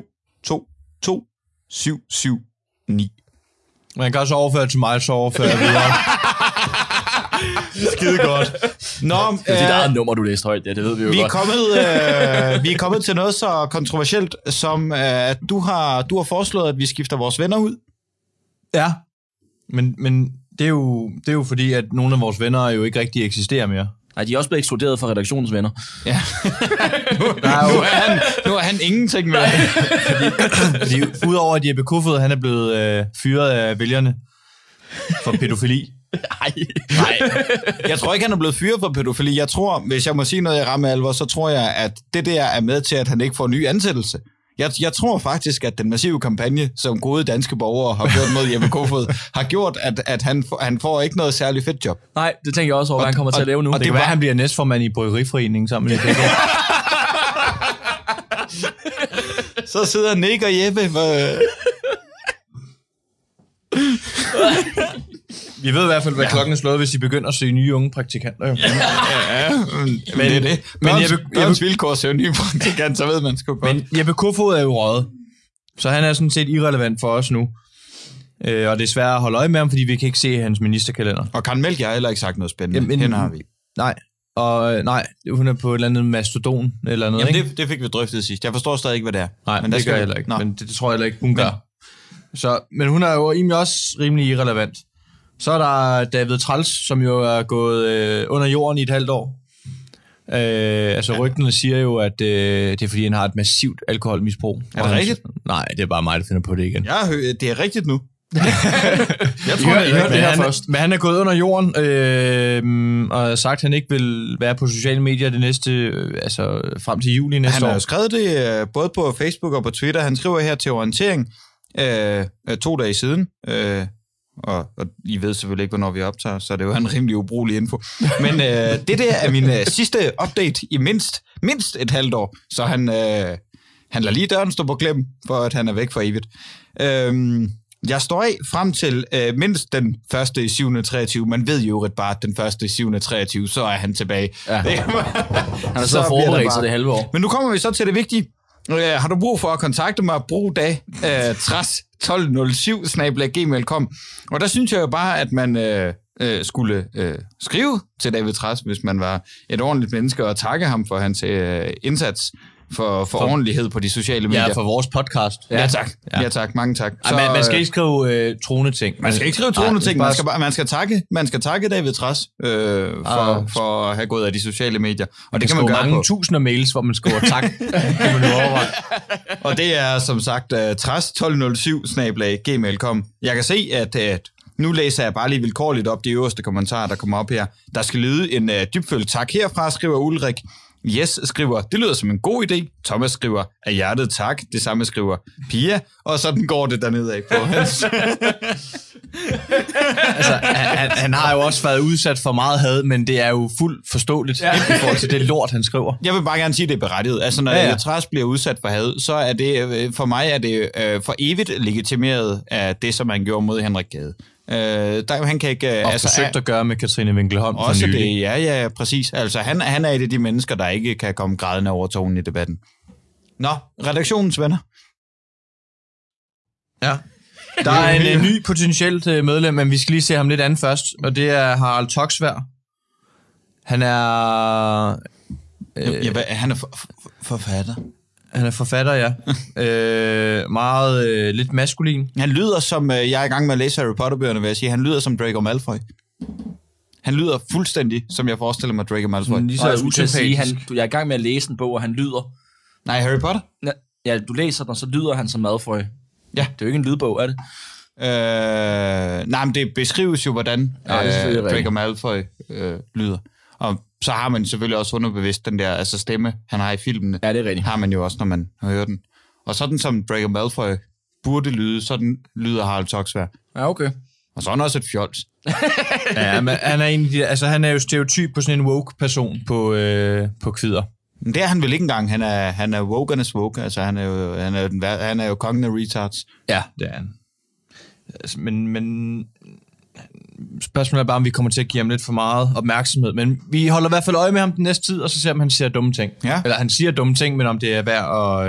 722779. Man kan også overføre til mig, så overfører jeg videre. Skide godt. Nå, det er dit eget nummer, du læste højt. Ja, det ved vi jo godt. Vi er kommet til noget så kontroversielt, som at du har foreslået, at vi skifter vores venner ud. Ja, men det er jo fordi, at nogle af vores venner jo ikke rigtig eksisterer mere. Nej, de er også blevet ekskluderet fra redaktionens venner. Ja. nu er han ingenting med. fordi udover at Jeppe Kofod, han er blevet fyret af vælgerne for pædofili. Nej. Jeg tror ikke, han er blevet fyret for pædofili. Jeg tror, hvis jeg må sige noget i ramme alvor, så tror jeg, at det der er med til, at han ikke får ny ansættelse. Jeg tror faktisk, at den massive kampagne, som gode danske borgere har gjort mod Jeppe Kofod, har gjort, at han får ikke noget særligt fedt job. Nej, det tænker jeg også over, hvad han kommer til at lave nu. Og det kan være, at han bliver næstformand i Bryggeriforeningen sammen med det. Så sidder Nick og Jeppe. Vi ved i hvert fald, hvad klokken er slået, hvis I begynder at søge nye unge praktikanter. Jo. Ja, men det er det. Børns vilkår søger nye praktikanter, så ved man sgu godt. Men Jeppe Kofod er jo røget, så han er sådan set irrelevant for os nu. Og det er svært at holde øje med ham, fordi vi kan ikke se hans ministerkalender. Og Karen Mælk, jeg har heller ikke sagt noget spændende. Hende har vi. Nej. Og nej, hun er på et eller andet mastodon eller noget. Jamen det fik vi drøftet sidst. Jeg forstår stadig ikke, hvad det er. Nej, men det gør jeg heller ikke. Men det tror jeg heller ikke, hun gør. Men hun er jo egentlig også rimelig irrelevant. Så er der David Træls, som jo er gået under jorden i et halvt år. Rygterne siger jo, at det er fordi, han har et massivt alkoholmisbrug. Er det rigtigt? Nej, det er bare mig, der finder på det igen. Ja, det er rigtigt nu. Jeg tror, det er det her først. Men han er gået under jorden og har sagt, at han ikke vil være på sociale medier det næste, frem til juli næste år. Han har jo skrevet det både på Facebook og på Twitter. Han skriver her til orientering 2 dage siden. Og I ved selvfølgelig ikke, hvornår vi optager, så det er jo en rimelig ubrugelig info. Men det der er min sidste update i mindst et halvt år, så han lader lige døren stå på klem, for at han er væk for evigt. Jeg står af frem til mindst den 1.7.23. Man ved jo ret bare, at den 1.7.23, så er han tilbage. Ja. Han er så forberedt sig det halve år. Men nu kommer vi så til det vigtige. Har du brug for at kontakte mig, brug da tras1207@gmail.com. Og der synes jeg jo bare, at man skulle skrive til David Tras, hvis man var et ordentligt menneske, og takke ham for hans indsats for ordentlighed på de sociale medier. Ja, for vores podcast. Ja, tak. Ja, tak. Mange tak. Så, man skal ikke skrive troende ting. Man skal ikke skrive troende ting. Man skal takke David Tras for at have gået af de sociale medier. Og det kan man gøre mange tusinder mails, hvor man skriver tak. Og det er som sagt tras1207@gmail.com. Jeg kan se, at nu læser jeg bare lige vilkårligt op de øverste kommentarer, der kommer op her. Der skal lyde en dybfølt tak herfra, skriver Ulrik. Yes skriver, det lyder som en god idé. Thomas skriver, af hjertet tak. Det samme skriver Pia. Og sådan går det dernede af på hans. Han har jo også været udsat for meget had, men det er jo fuldt forståeligt i forhold til det lort, han skriver. Jeg vil bare gerne sige, at det er berettiget. Når David Tras bliver udsat for had, så er det, for mig er det for evigt legitimeret af det, som han gjorde mod Henrik Gade. Han kan ikke... forsøgt at gøre med Katrine Winkelholm for også nylig. Det, ja, præcis. Han er et af de mennesker, der ikke kan komme grædende over tonen i debatten. Nå, redaktionens venner. Ja. Der er en ny potentielt medlem, men vi skal lige se ham lidt andet først, og det er Harald Toksvær. Han er... han er forfatter. Han er forfatter, ja. Meget lidt maskulin. Han lyder som... jeg er i gang med at læse Harry Potter-bøgerne, vil jeg sige. Han lyder som Draco Malfoy. Han lyder fuldstændig, som jeg forestiller mig, Draco Malfoy. Lige så usympatisk. Jeg er i gang med at læse en bog, og han lyder... Nej, Harry Potter? Ja, du læser den, og så lyder han som Malfoy. Ja. Det er jo ikke en lydbog, er det? Nej, men det beskrives jo, hvordan Draco Malfoy lyder. Og så har man selvfølgelig også underbevidst den der stemme, han har i filmene. Ja, det er rigtigt. Har man jo også, når man hører den. Og sådan som Draco Malfoy burde lyde, sådan lyder Harald Toksvær. Ja, okay. Og så er han også et fjols. Ja, men han er egentlig, han er jo stereotyp på sådan en woke-person på kvider. Men det er han vel ikke engang. Han er wokernes woke. Altså, han er jo kongen af retards. Ja, det er han. Altså, men spørgsmålet er bare, om vi kommer til at give ham lidt for meget opmærksomhed. Men vi holder i hvert fald øje med ham den næste tid, og så ser om han siger dumme ting. Ja. Eller han siger dumme ting, men om det er værd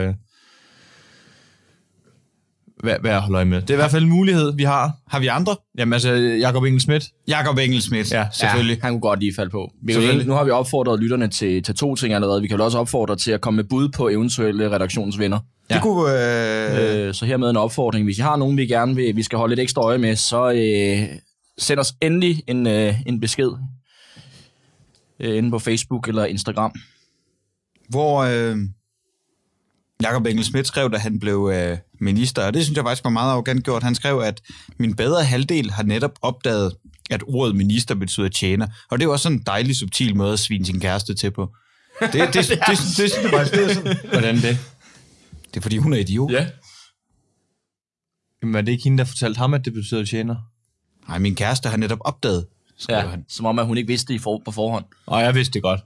at holde øje med. Det er i hvert fald en mulighed, vi har. Har vi andre? Jamen altså, Jakob Engel-Schmidt. Jakob Engel-Schmidt, ja, selvfølgelig. Ja, han kunne godt lige falde på. Nu har vi opfordret lytterne til 2 ting allerede. Vi kan også opfordre til at komme med bud på eventuelle redaktionsvenner. Ja. Det kunne, så hermed en opfordring. Hvis I har nogen, vi skal holde lidt ekstra øje med, så send os endelig en besked inde på Facebook eller Instagram. Hvor Jakob Engel-Schmidt skrev, da han blev minister, og det synes jeg faktisk var meget arrogant gjort. Han skrev, at min bedre halvdel har netop opdaget, at ordet minister betyder tjener. Og det er jo også sådan en dejlig, subtil måde at svine sin kæreste til på. Det synes jeg faktisk, det er sådan. Hvordan det? Det er fordi, hun er idiot. Ja. Men er det ikke hende, der fortalte ham, at det betyder tjener? Nej, min kæreste har netop opdaget, skrev han. Som om, at hun ikke vidste det på forhånd. Nej, jeg vidste det godt.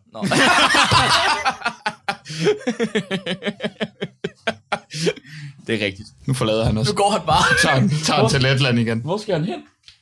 Det er rigtigt. Nu forlader han os. Nu går han bare. Tager han til Letland igen. Hvor skal han hen?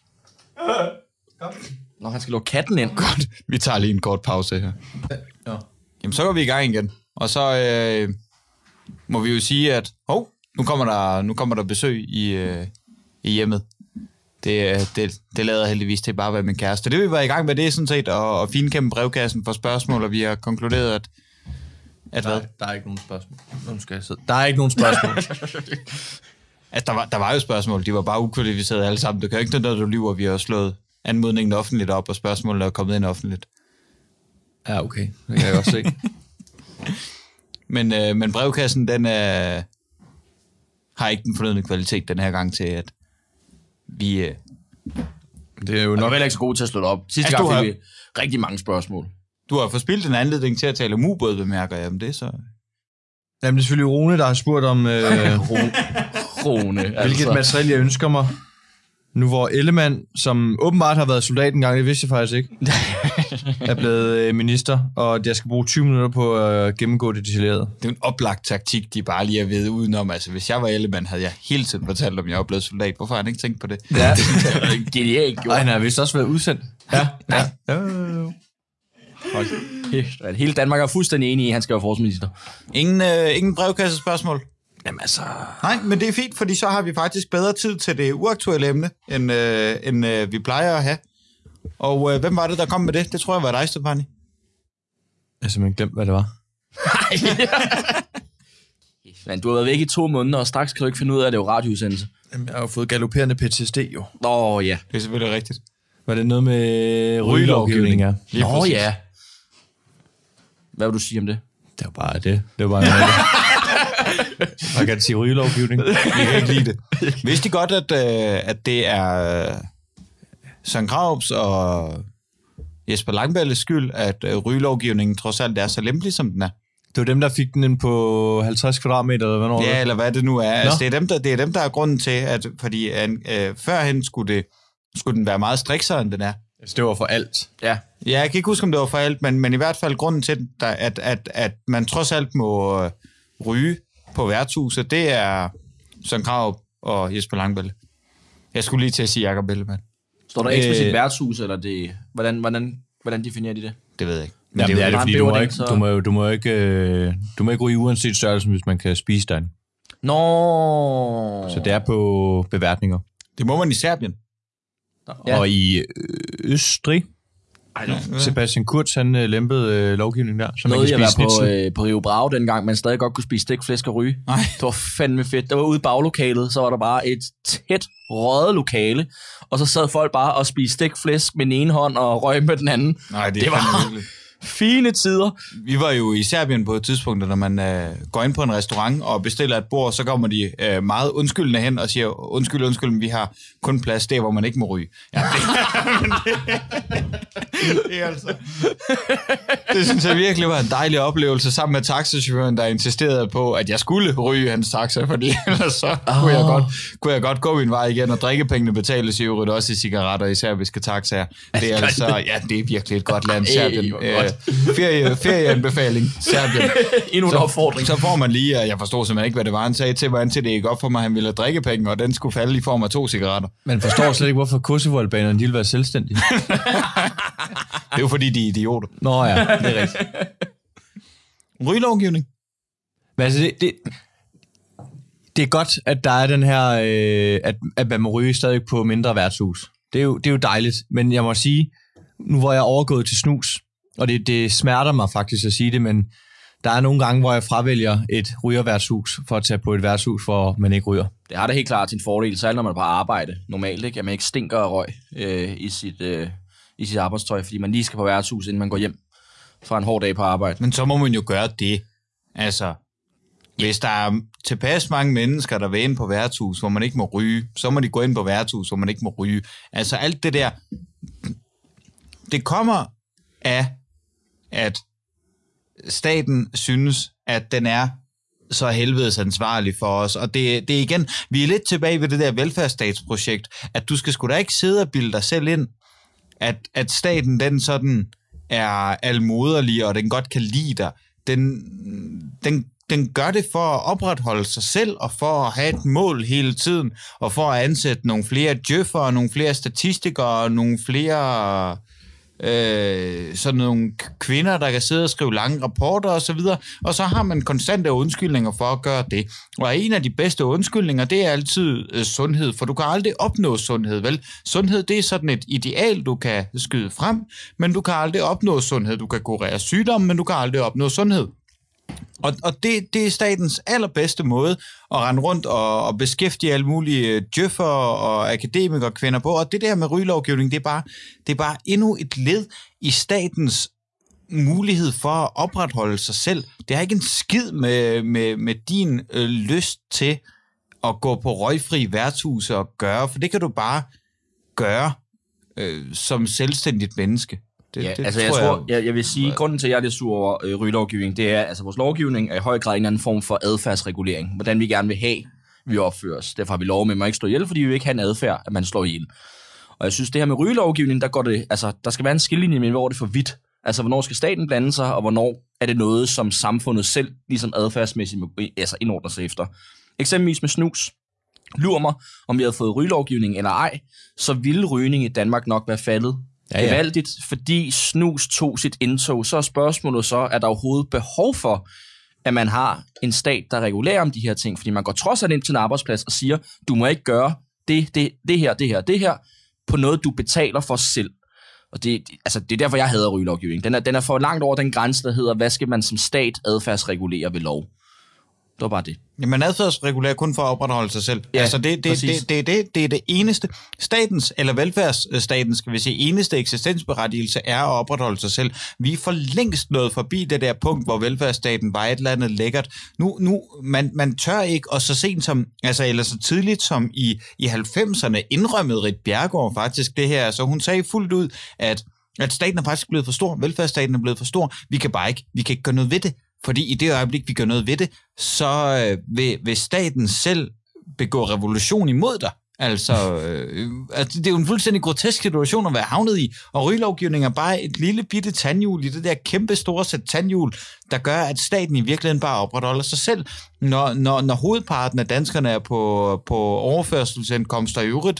Nå, han skal lukke katten ind. Godt. Vi tager lige en kort pause her. Ja. Jamen, så går vi i gang igen. Og så må vi jo sige, at nu kommer der besøg i hjemmet. Det lader heldigvis til bare at være min kæreste. Det vi var i gang med, det er sådan set at finkæmme brevkassen for spørgsmål, og vi har konkluderet, at hvad? Der er ikke nogen spørgsmål. Nu skal jeg sidde. Der er ikke nogen spørgsmål. Altså, der var jo spørgsmål. De var bare ukvalificerede alle sammen. Det kan jo ikke noget, du lyver. Vi har slået anmodningen offentligt op, og spørgsmålene er kommet ind offentligt. Ja, okay. Det kan jeg godt se. Men brevkassen, den har ikke den fornødne kvalitet den her gang til, at vi... Det er jo nok heller ikke så god til at slå det op. Sidste gang fik vi rigtig mange spørgsmål. Du har forspildt en anledning til at tale om ubåd, bemærker jeg. Men det er så... Jamen, det er selvfølgelig Rune, der har spurgt om... Rune, altså. Hvilket materiale jeg ønsker mig. Nu hvor Ellemann, som åbenbart har været soldat engang, det vidste jeg faktisk ikke, er blevet minister, og jeg skal bruge 20 minutter på at gennemgå det detaljeret. Det er en oplagt taktik, de bare lige er ved udenom. Altså, hvis jeg var Ellemann, havde jeg hele tiden fortalt, om jeg var blevet soldat. Hvorfor har han ikke tænkt på det? Ja, genialt gjort. Ej, han har vist også været udsendt. Ja. Hele Danmark er fuldstændig enige i, at han skal være forsvarsminister. Ingen brevkassespørgsmål? Jamen altså... Nej, men det er fint, fordi så har vi faktisk bedre tid til det uaktuelle emne, end vi plejer at have. Og hvem var det, der kom med det? Det tror jeg var dig, Stefani. Jeg har simpelthen glemt, hvad det var. Men du har været væk i 2 måneder, og straks kan du ikke finde ud af, at det er jo radioudsendelse. Jamen, jeg har jo fået galopperende PTSD, jo. Ja. Det er selvfølgelig rigtigt. Var det noget med rygelovgivning? Ja. Ja. Hvad vil du sige om det? Det var bare det. Det var bare noget. Man kan sige rygelovgivning. Jeg kan ikke lide det. Vidste I godt, at det er Søren Kraups og Jesper Langballes skyld, at rygelovgivningen trods alt er så lempelig, som den er? Det var dem, der fik den ind på 50 kvadratmeter, eller hvornår? Ja, eller hvad det nu er. Altså, det er dem, der er grunden til, at fordi førhen skulle den være meget striksere, end den er. Altså, det var for alt. Ja, jeg kan ikke huske, om det var for alt, men i hvert fald grunden til, at man trods alt må ryge på værtshuset, det er Søren Kraup og Jesper Langballe. Jeg skulle lige til at sige Jakob Ellemann. Står der eksplicit værtshus, eller det? Hvordan definerer de det? Det ved jeg ikke. Men det er det, fordi du må ikke ryge uanset størrelsen, hvis man kan spise derinde. Nå. Så det er på beværtninger. Det må man i Serbien. Ja. Og i Østrig. Sebastian Kurz, han lempede lovgivningen der. Så Noget, man jeg kan var spise på Rio Bravo dengang, man stadig godt kunne spise stikflæsk og ryge. Nej. Det var fandme fedt. Der var ude i baglokalet, så var der bare et tæt røget lokale, og så sad folk bare og spiste stikflæsk med den ene hånd og røg med den anden. Nej, Det var fine tider. Vi var jo i Serbien på et tidspunkt, når man går ind på en restaurant og bestiller et bord, så kommer de meget undskyldende hen og siger, undskyld, men vi har kun plads der, hvor man ikke må ryge. Ja, det er altså... Det synes jeg virkelig var en dejlig oplevelse, sammen med taxachaufføren, der insisterede på, at jeg skulle ryge hans taxa, fordi ellers så kunne jeg godt gå min vej igen, og drikkepengene betales i øvrigt også i cigaretter i serbiske taxaer. Det er altså, ja, det er virkelig et godt land, Serbien. Ferieanbefaling, Serbien. Endnu en opfordring. Så får man lige, jeg forstod simpelthen ikke, hvad det var, han sagde til mig, indtil det ikke op for mig, han ville have drikkepenge, og den skulle falde i form af 2 cigaretter. Man forstår slet ikke, hvorfor Kosovo-albanerne vil være selvstændige. Det er jo fordi, de er idioter. Nå ja, det er rigtigt. Rygelovgivning. Men altså, det er godt, at der er den her, at man må ryge stadig på mindre værtshus. Det er jo dejligt, men jeg må sige, nu hvor jeg er overgået til snus, og det smerter mig faktisk at sige det, men der er nogle gange, hvor jeg fravælger et rygerværtshus for at tage på et værtshus, hvor man ikke ryger. Det har da helt klart sin fordel, særligt når man er på arbejde normalt, ikke? At man ikke stinker af røg i sit arbejdstøj, fordi man lige skal på værtshus, inden man går hjem fra en hård dag på arbejde. Men så må man jo gøre det. Altså, hvis der er tilpas mange mennesker, der vil ind på værtshus, hvor man ikke må ryge, så må de gå ind på værtshus, hvor man ikke må ryge. Altså alt det der, det kommer af, at staten synes, at den er så helvedes ansvarlig for os. Og det er igen, vi er lidt tilbage ved det der velfærdsstatsprojekt, at du skal sgu da ikke sidde og bilde dig selv ind, at staten den sådan er almoderlig, og den godt kan lide dig. Den gør det for at opretholde sig selv, og for at have et mål hele tiden, og for at ansætte nogle flere djøffere, nogle flere statistikere, nogle flere sådan nogle kvinder, der kan sidde og skrive lange rapporter og så videre, og så har man konstante undskyldninger for at gøre det. Og en af de bedste undskyldninger, det er altid sundhed, for du kan aldrig opnå sundhed, vel? Sundhed, det er sådan et ideal, du kan skyde frem, men du kan aldrig opnå sundhed. Du kan kurere sygdomme, men du kan aldrig opnå sundhed. Og det er statens allerbedste måde at rende rundt og beskæftige alle mulige djøffer og akademikere kvinder på. Og det der med rygelovgivning, det er bare endnu et led i statens mulighed for at opretholde sig selv. Det har ikke en skid med din lyst til at gå på røgfri værtshuse og gøre, for det kan du bare gøre som selvstændigt menneske. Jeg vil sige, grunden til, at jeg er lidt sur over rygelovgivning, det er, altså vores lovgivning er i høj grad en anden form for adfærdsregulering. Hvordan vi gerne vil have, vi opfører os. Derfor har vi lov med, at man ikke slår ihjel, fordi vi vil ikke have en adfærd, at man slår ihjel. Og jeg synes, det her med rygelovgivning, der går det, altså, der skal være en skillelinje med, hvor det er for vidt. Altså, hvornår skal staten blande sig, og hvornår er det noget, som samfundet selv, ligesom adfærdsmæssigt, indordner sig efter. Eksempelvis med snus. Lurer mig, om vi havde fået rygelovgivning eller ej, så ville rygning i Danmark nok være faldet. Gevaldigt, fordi snus tog sit indtog, så er spørgsmålet så, er der overhovedet behov for, at man har en stat, der regulerer om de her ting, fordi man går trods alt ind til en arbejdsplads og siger, du må ikke gøre det her, på noget, du betaler for selv. Og det er derfor, jeg hader rygelovgivning. Den er for langt over den grænse, der hedder, hvad skal man som stat adfærdsregulere ved lov? Det var bare det. Jamen adfærdsregulerer kun for at opretholde sig selv. Ja, altså det er det eneste. Statens, eller velfærdsstatens, skal vi sige, eneste eksistensberettigelse er at opretholde sig selv. Vi er for længst nået forbi det der punkt, hvor velfærdsstaten var et eller andet lækkert. Nu man tør ikke, og så sent som, altså eller så tidligt som i 90'erne, indrømmede Ritt Bjerregaard faktisk det her. Så hun sagde fuldt ud, at staten er faktisk blevet for stor. Velfærdsstaten er blevet for stor. Vi kan ikke gøre noget ved det. Fordi i det øjeblik, vi gør noget ved det, så vil staten selv begå revolution imod dig. Altså, det er jo en fuldstændig grotesk situation at være havnet i, og rygelovgivning er bare et lille bitte tandhjul i det der kæmpe store sæt tandhjul, der gør, at staten i virkeligheden bare opretholder sig selv. Når hovedparten af danskerne er på overførselsindkomster i øvrigt,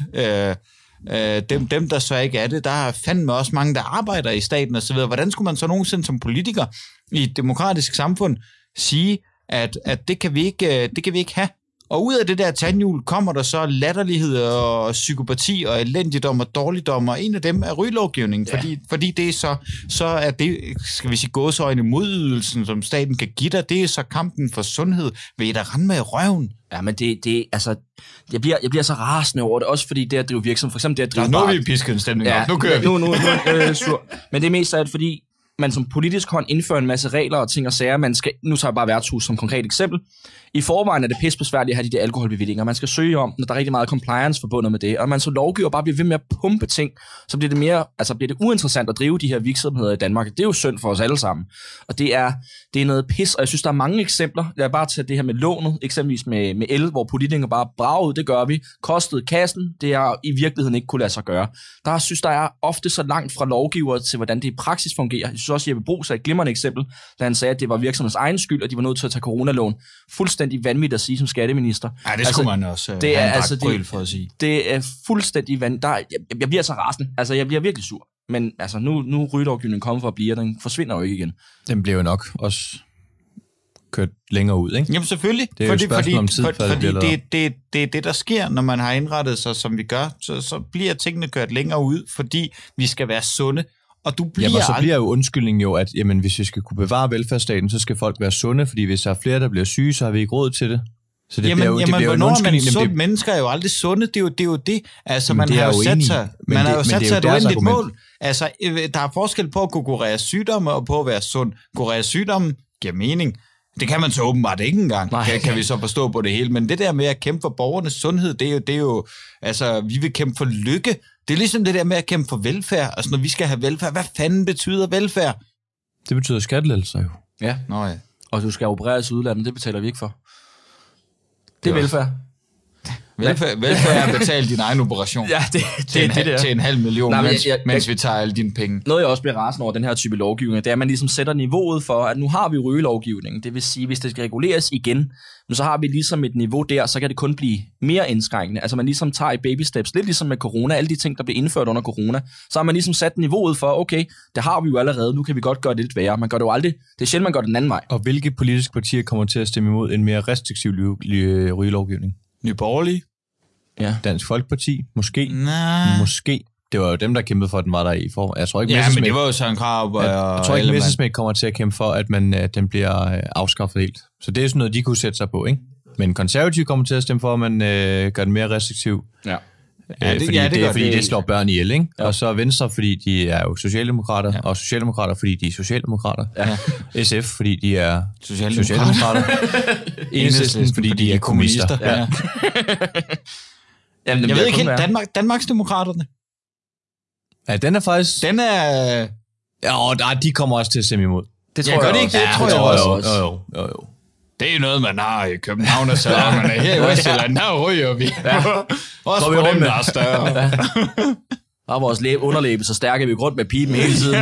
dem der så ikke er det, der er fandme også mange, der arbejder i staten og så videre. Hvordan skulle man så nogensinde som politiker i et demokratisk samfund sige, at det kan vi ikke have? Og ud af det der tandhjul kommer der så latterlighed og psykopati og elendigdom og dårligdom, og en af dem er rygelovgivningen, fordi det er så er det, skal vi sige, gåseøjne modydelsen, som staten kan give dig, det er så kampen for sundhed. Vil I da rende med i røven? Ja, men altså, jeg bliver så rasende over det, også fordi det at drive virksomhed, for eksempel det at drive nu er vi pisket en stemning op. Nu kører vi. Nu er jeg sur. Men det er mest af fordi man som politisk hånd indfører en masse regler og ting og sager. Man skal, nu tager jeg bare værtshus som konkret eksempel. I forvejen er det pissebesværligt at have de der alkoholbevillinger. Man skal søge om, når der er rigtig meget compliance forbundet med det. Og man så lovgiver bare bliver ved med at pumpe ting, så bliver det mere, altså bliver det uinteressant at drive de her virksomheder i Danmark. Det er jo synd for os alle sammen. Og det er noget pis, og jeg synes, der er mange eksempler. Jeg vil bare tage det her med lånet, eksempelvis med el, hvor politikere bare brager ud, det gør vi. Kostede kassen, det er i virkeligheden ikke kunne lade sig gøre. Der synes, der er ofte så langt fra lovgiver til, hvordan det i praksis fungerer. Jeg synes også, Jeppe Brugs er et glimrende eksempel, da han sagde, at det var virksomhedens egen skyld, og de var nødt til at tage coronalån. Fuldstændig vanvittigt at sige som skatteminister. Ja, det skulle man også det er, for at sige. Det er fuldstændig vanvittigt. Jeg bliver så rasende. Altså, jeg bliver virkelig sur. Men altså, nu rygelovgivningen kommer for at blive, og den forsvinder jo ikke igen. Den bliver jo nok også kørt længere ud, ikke? Jamen selvfølgelig. Det er jo et spørgsmål om tid, fordi det er det, der sker, når man har indrettet sig, som vi gør. Så bliver tingene kørt længere ud, fordi vi skal være sunde. Og du bliver så bliver jo undskyldningen jo, at jamen, hvis vi skal kunne bevare velfærdsstaten, så skal folk være sunde, fordi hvis der er flere, der bliver syge, så har vi ikke råd til det. Så det bliver jo hvornår er man sund? Mennesker er jo aldrig sunde, det er jo det. Altså, man har jo sat sig, et uendeligt mål. Altså, der er forskel på at kunne kurere sygdomme og på at være sund. Kurere sygdomme giver mening. Det kan man så åbenbart ikke engang, kan vi så forstå på det hele. Men det der med at kæmpe for borgernes sundhed, det er jo, altså, vi vil kæmpe for lykke. Det er ligesom det der med at kæmpe for velfærd. Altså, når vi skal have velfærd, hvad fanden betyder velfærd? Det betyder skattelettelser jo. Ja. Nå ja. Og du skal opereres i udlandet, det betaler vi ikke for. Det er velfærd. Velfærd er at betale din egen operation. Ja, det til 500.000, mens vi tager alle dine penge. Noget jeg også bliver rasende over den her type lovgivning, det er, at man ligesom sætter niveauet for, at nu har vi rygelovgivningen. Det vil sige, hvis det skal reguleres igen, så har vi ligesom et niveau der, så kan det kun blive mere indskrænkende. Altså man ligesom tager i baby steps, lidt ligesom med corona, alle de ting, der blev indført under corona. Så har man ligesom sat niveauet for, okay, det har vi jo allerede, nu kan vi godt gøre det lidt værre. Man gør det jo aldrig, det er sjældent, man gør det den anden vej. Og hvilke politiske partier kommer til at stemme imod en mere restriktiv rygelovgivning? Nye Borgerlige? Ja. Dansk Folkeparti? Måske? Nej. Måske. Det var jo dem, der kæmpede for, at den var der i for. Jeg tror ikke, men det var jo Søren Krarup og jeg tror ikke, Messerschmidt kommer til at kæmpe for, at den bliver afskaffet helt. Så det er sådan noget, de kunne sætte sig på, ikke? Men konservative kommer til at stemme for, at man gør den mere restriktiv. Ja. Fordi det slår børn ihjel, ikke? Ja. Og så Venstre, fordi de er jo socialdemokrater, og Socialdemokrater, fordi de er socialdemokrater. Ja. SF, fordi de er socialdemokrater. Enhedslisten, fordi de er kommunister. Ja. Jamen, jeg ved ikke helt, Danmarksdemokraterne. Ja, den er faktisk... Ja, de kommer også til at stemme imod. Det tror jeg ikke. Det tror jeg også. Jo. Det er noget, man har i København og salongerne. Her i Vestjylland, der ryger vi. Ja. Også på dem, der er større. Ja. Og vores underlæbe så stærke vi rundt med pipen hele tiden.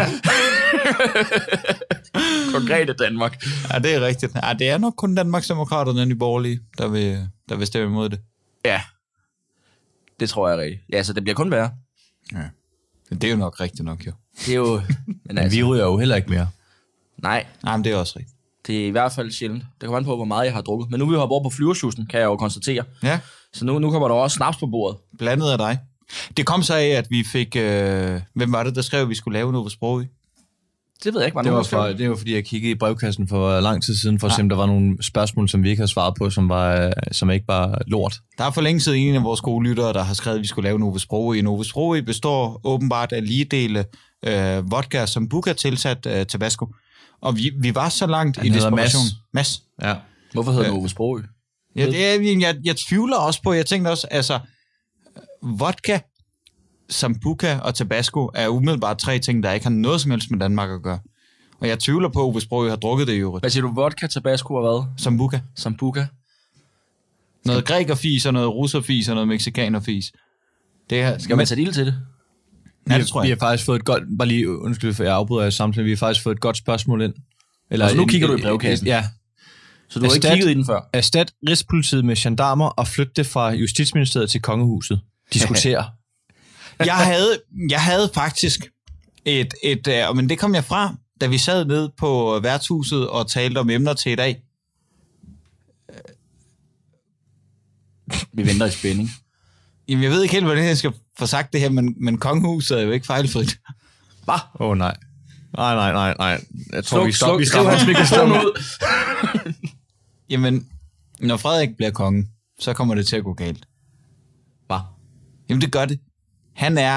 Konkrete Danmark. Ja, det er rigtigt. Ja, det er nok kun Danmarksdemokraterne og Nye Borgerlige, der vil stemme imod det. Ja, det tror jeg rigtigt. Ja, så det bliver kun værre. Ja. Det er jo nok rigtigt nok, jo. Det er jo... Men vi ryger jo heller ikke mere. Nej, men det er også rigtigt. Det er i hvert fald sjældent. Det kommer an på, hvor meget jeg har drukket. Men nu vil vi hoppe over på flyversjusen, kan jeg jo konstatere. Ja. Så nu kommer der også snaps på bordet. Blandet af dig. Det kom så af, at vi fik... hvem var det, der skrev, at vi skulle lave noget på Sprogø? Det ved jeg ikke, det var fordi, jeg kiggede i brevkassen for lang tid siden, for at se, om der var nogle spørgsmål, som vi ikke har svaret på, som ikke var lort. Der er for længe siden en af vores gode lyttere, der har skrevet, at vi skulle lave Nove Sprogø. Nove Sprogø består åbenbart af lige dele vodka, som Buka tilsat Tabasco. Og vi var så langt i desperation. Mads. Ja. Hvorfor hedder Nove Sprogø? Jeg tvivler også på, jeg tænkte også, altså, vodka, Sambuca og Tabasco er umiddelbart 3 ting, der ikke har noget som helst med Danmark at gøre. Og jeg tvivler på, hvis Sprogø har drukket det i øvrigt. Hvad siger du? Vodka, Tabasco og hvad? Sambuca. Noget grækerfis og noget russerfis og noget mexikanerfis. Skal man tage ild til det? Ja, det tror jeg. Vi har faktisk fået et godt... Bare lige undskyld, for jeg afbryder jeres samtale. Vi har faktisk fået et godt spørgsmål ind. Eller altså nu kigger du i brevkassen? Ja. Så du har ikke kigget i den før? Erstat Rigspolitiet med gendarmer og flytte det fra Justitsministeriet til Kongehuset. Diskutere. Jeg havde faktisk men det kom jeg fra, da vi sad ned på værtshuset og talte om emner til i dag. Vi venter i spænding. Jamen, jeg ved ikke helt, hvordan jeg skal få sagt det her, men kongehuset er jo ikke fejlfrit. Hvad? Nej. Nej. Jeg tror, Sluk vi stopper. hans mikrofon ud. Jamen, når Frederik bliver konge, så kommer det til at gå galt. Hvad? Jamen, det gør det. Han er...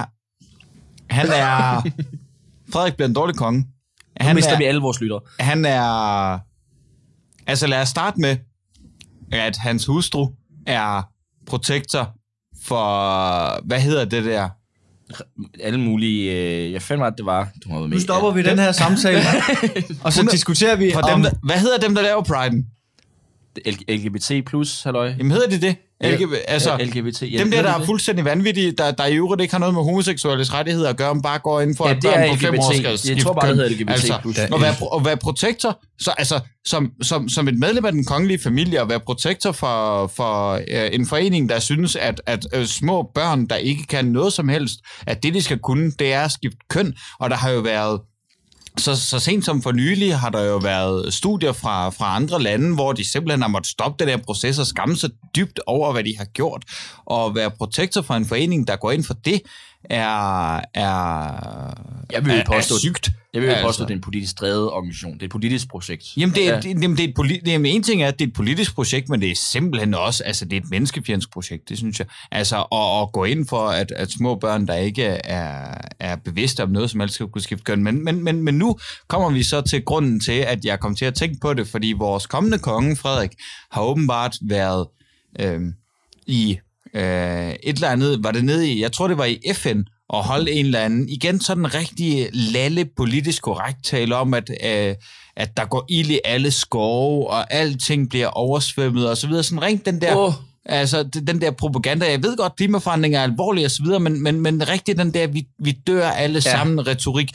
Frederik bliver en dårlig konge. Nu mister vi alle vores lyttere. Han er... Altså, lad os starte med, at hans hustru er protektor for... Hvad hedder det der? Alle mulige... Jeg fandt mig, at det var... Du må Nu stopper vi den her samtale, og så diskuterer vi om... Hvad hedder dem, der laver Pride'en? LGBT plus, halløj. Jamen, hedder de det? LGBT. Ja, dem der er fuldstændig vanvittige, der i øvrigt ikke har noget med homoseksuelles rettigheder at gøre, om bare går ind for, at børn på 5 år skal skifte. Jeg tror bare, det hedder LGBT+. Altså, at være protektor, så, altså, som et medlem af den kongelige familie, at være protektor for en forening, der synes, at små børn, der ikke kan noget som helst, at det, de skal kunne, det er at skifte køn. Og der har jo været... Så sent som for nylig har der jo været studier fra andre lande, hvor de simpelthen har måttet stoppe den der proces og skamme sig dybt over, hvad de har gjort. Og være protektor for en forening, der går ind for det, er sygt. Jeg vil påstå, at det er en politisk drevet organisation. Det er et politisk projekt. Jamen, en ting er, at det er et politisk projekt, men det er simpelthen også, altså det er et menneskefjendsk projekt, det synes jeg. Altså at gå ind for, at små børn, der ikke er bevidste om noget, som helst skal kunne skifte køn. Men nu kommer vi så til grunden til, at jeg kom til at tænke på det, fordi vores kommende konge, Frederik, har åbenbart været i et eller andet, var det nede i, jeg tror det var i FN, og holde en eller anden, igen sådan en rigtig lalle politisk korrekt tale om, at der går ild i alle skove, og alting bliver oversvømmet, og så videre. Sådan rent den der, altså den der propaganda. Jeg ved godt, klimaforandringer er alvorlige og så videre, men rigtig den der, vi dør alle sammen retorik.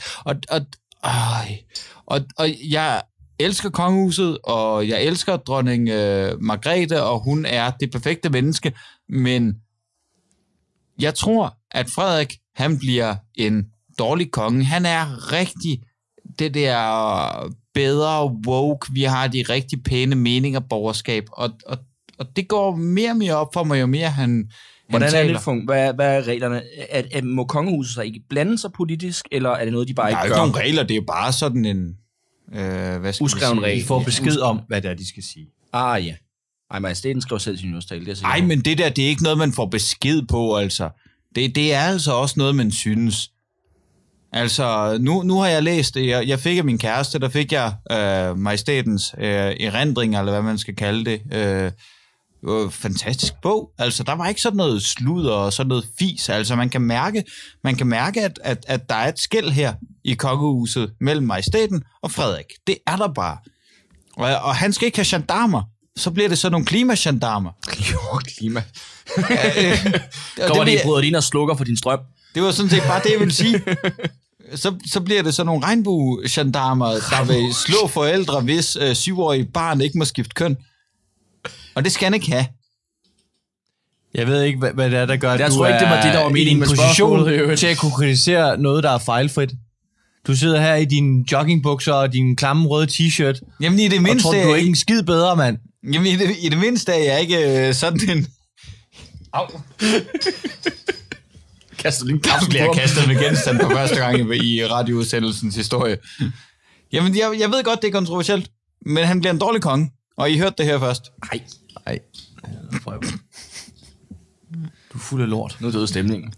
Og jeg elsker kongehuset, og jeg elsker dronning Margrethe, og hun er det perfekte menneske, men jeg tror, at Frederik, han bliver en dårlig konge. Han er rigtig det der bedre woke, vi har de rigtig pæne meninger borgerskab, og det går mere og mere op for mig, jo mere han Hvordan taler. er det hvad er reglerne? Må kongehuset sig ikke blande sig politisk, eller er det noget, de bare ikke gør? Der er jo ikke nogen regler, det er jo bare sådan en... uskreven regel. De får besked om, hvad det er, de skal sige. Ja. Ej, majestæten skriver selv sin nytårstale. Ej, men det der, det er ikke noget, man får besked på, altså. Det er altså også noget, man synes. Altså, nu har jeg læst det. Jeg fik af min kæreste, der fik jeg majestætens erindringer, eller hvad man skal kalde det. Fantastisk bog. Altså, der var ikke sådan noget sludder og sådan noget fis. Altså, man kan mærke at der er et skel her i kongehuset mellem majestæten og Frederik. Det er der bare. Og han skal ikke have gendarmer. Så bliver det så nogle klimagendarmer. Klima. Kommer de bryder ind og slukker for din strøm? Det var sådan set bare det, jeg ville sige. Så bliver det så nogle regnbuegendarmer, der vil slå forældre, hvis 7-årige barn ikke må skifte køn. Og det skal han ikke have. Jeg ved ikke, hvad det er, der gør, at jeg du tror ikke, det var det, der var meningen med position til at kunne kritisere noget, der er fejlfrit. Du sidder her i dine joggingbukser og din klamme røde t-shirt. Jamen i det mindste... Og tror, du er ikke en skid bedre, mand. Jamen i det mindste er jeg ikke sådan en... Au. Kaster lige en kapsel på ham. Jeg kastet med genstand for første gang i radioudsendelsens historie. Jamen jeg ved godt, det er kontroversielt, men han bliver en dårlig konge. Og I hørte det her først. Nej. Du er fuld af lort. Nu døde stemningen.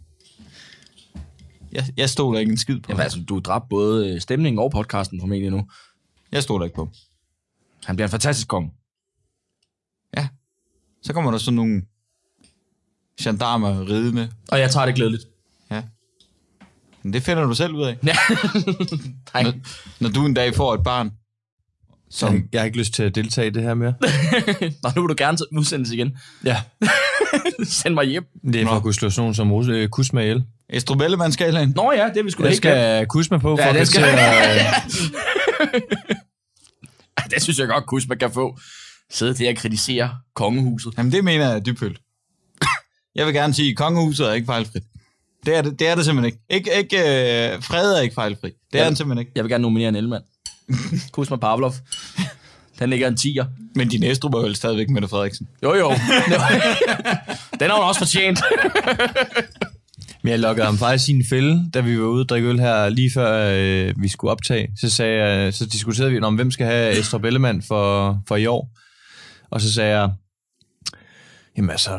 Ja. Jeg stoler ikke en skid på. Jamen altså, du dræbte både stemningen og podcasten formentlig nu. Jeg stoler ikke på. Han bliver en fantastisk konge. Ja. Så kommer der sådan nogle gendarmer ridende. Og jeg tager det glædeligt. Ja. Men det finder du selv ud af. Ja. Når du en dag får et barn. Jeg har ikke lyst til at deltage i det her mere. Nå, nu vil du gerne udsendes igen. Ja. Send mig hjem. Det er for at kunne slå sådan nogen som Kusma ihjel. Estrobellemann-skalaen. Nå ja, det vi skulle da ikke have. Kusma på for det skal at... Det synes jeg godt, Kusma kan få. Sidde til at kritisere kongehuset. Jamen det mener jeg er dybfølt. Jeg vil gerne sige, at kongehuset er ikke fejlfrit. Det er det simpelthen ikke. Ikke fred er ikke fejlfri. Det er den simpelthen ikke. Jeg vil gerne nominere en elmand. Kusma Pavlov. Den ligger en 10'er. Men din Estrup er vel stadigvæk Mette Frederiksen? Jo. Den har hun også fortjent. Men jeg lukkede ham faktisk i en fælde, da vi var ude og drikke øl her, lige før vi skulle optage. Så diskuterede vi om, hvem skal have Estrup Ellemann for i år. Og så sagde jeg, jamen altså,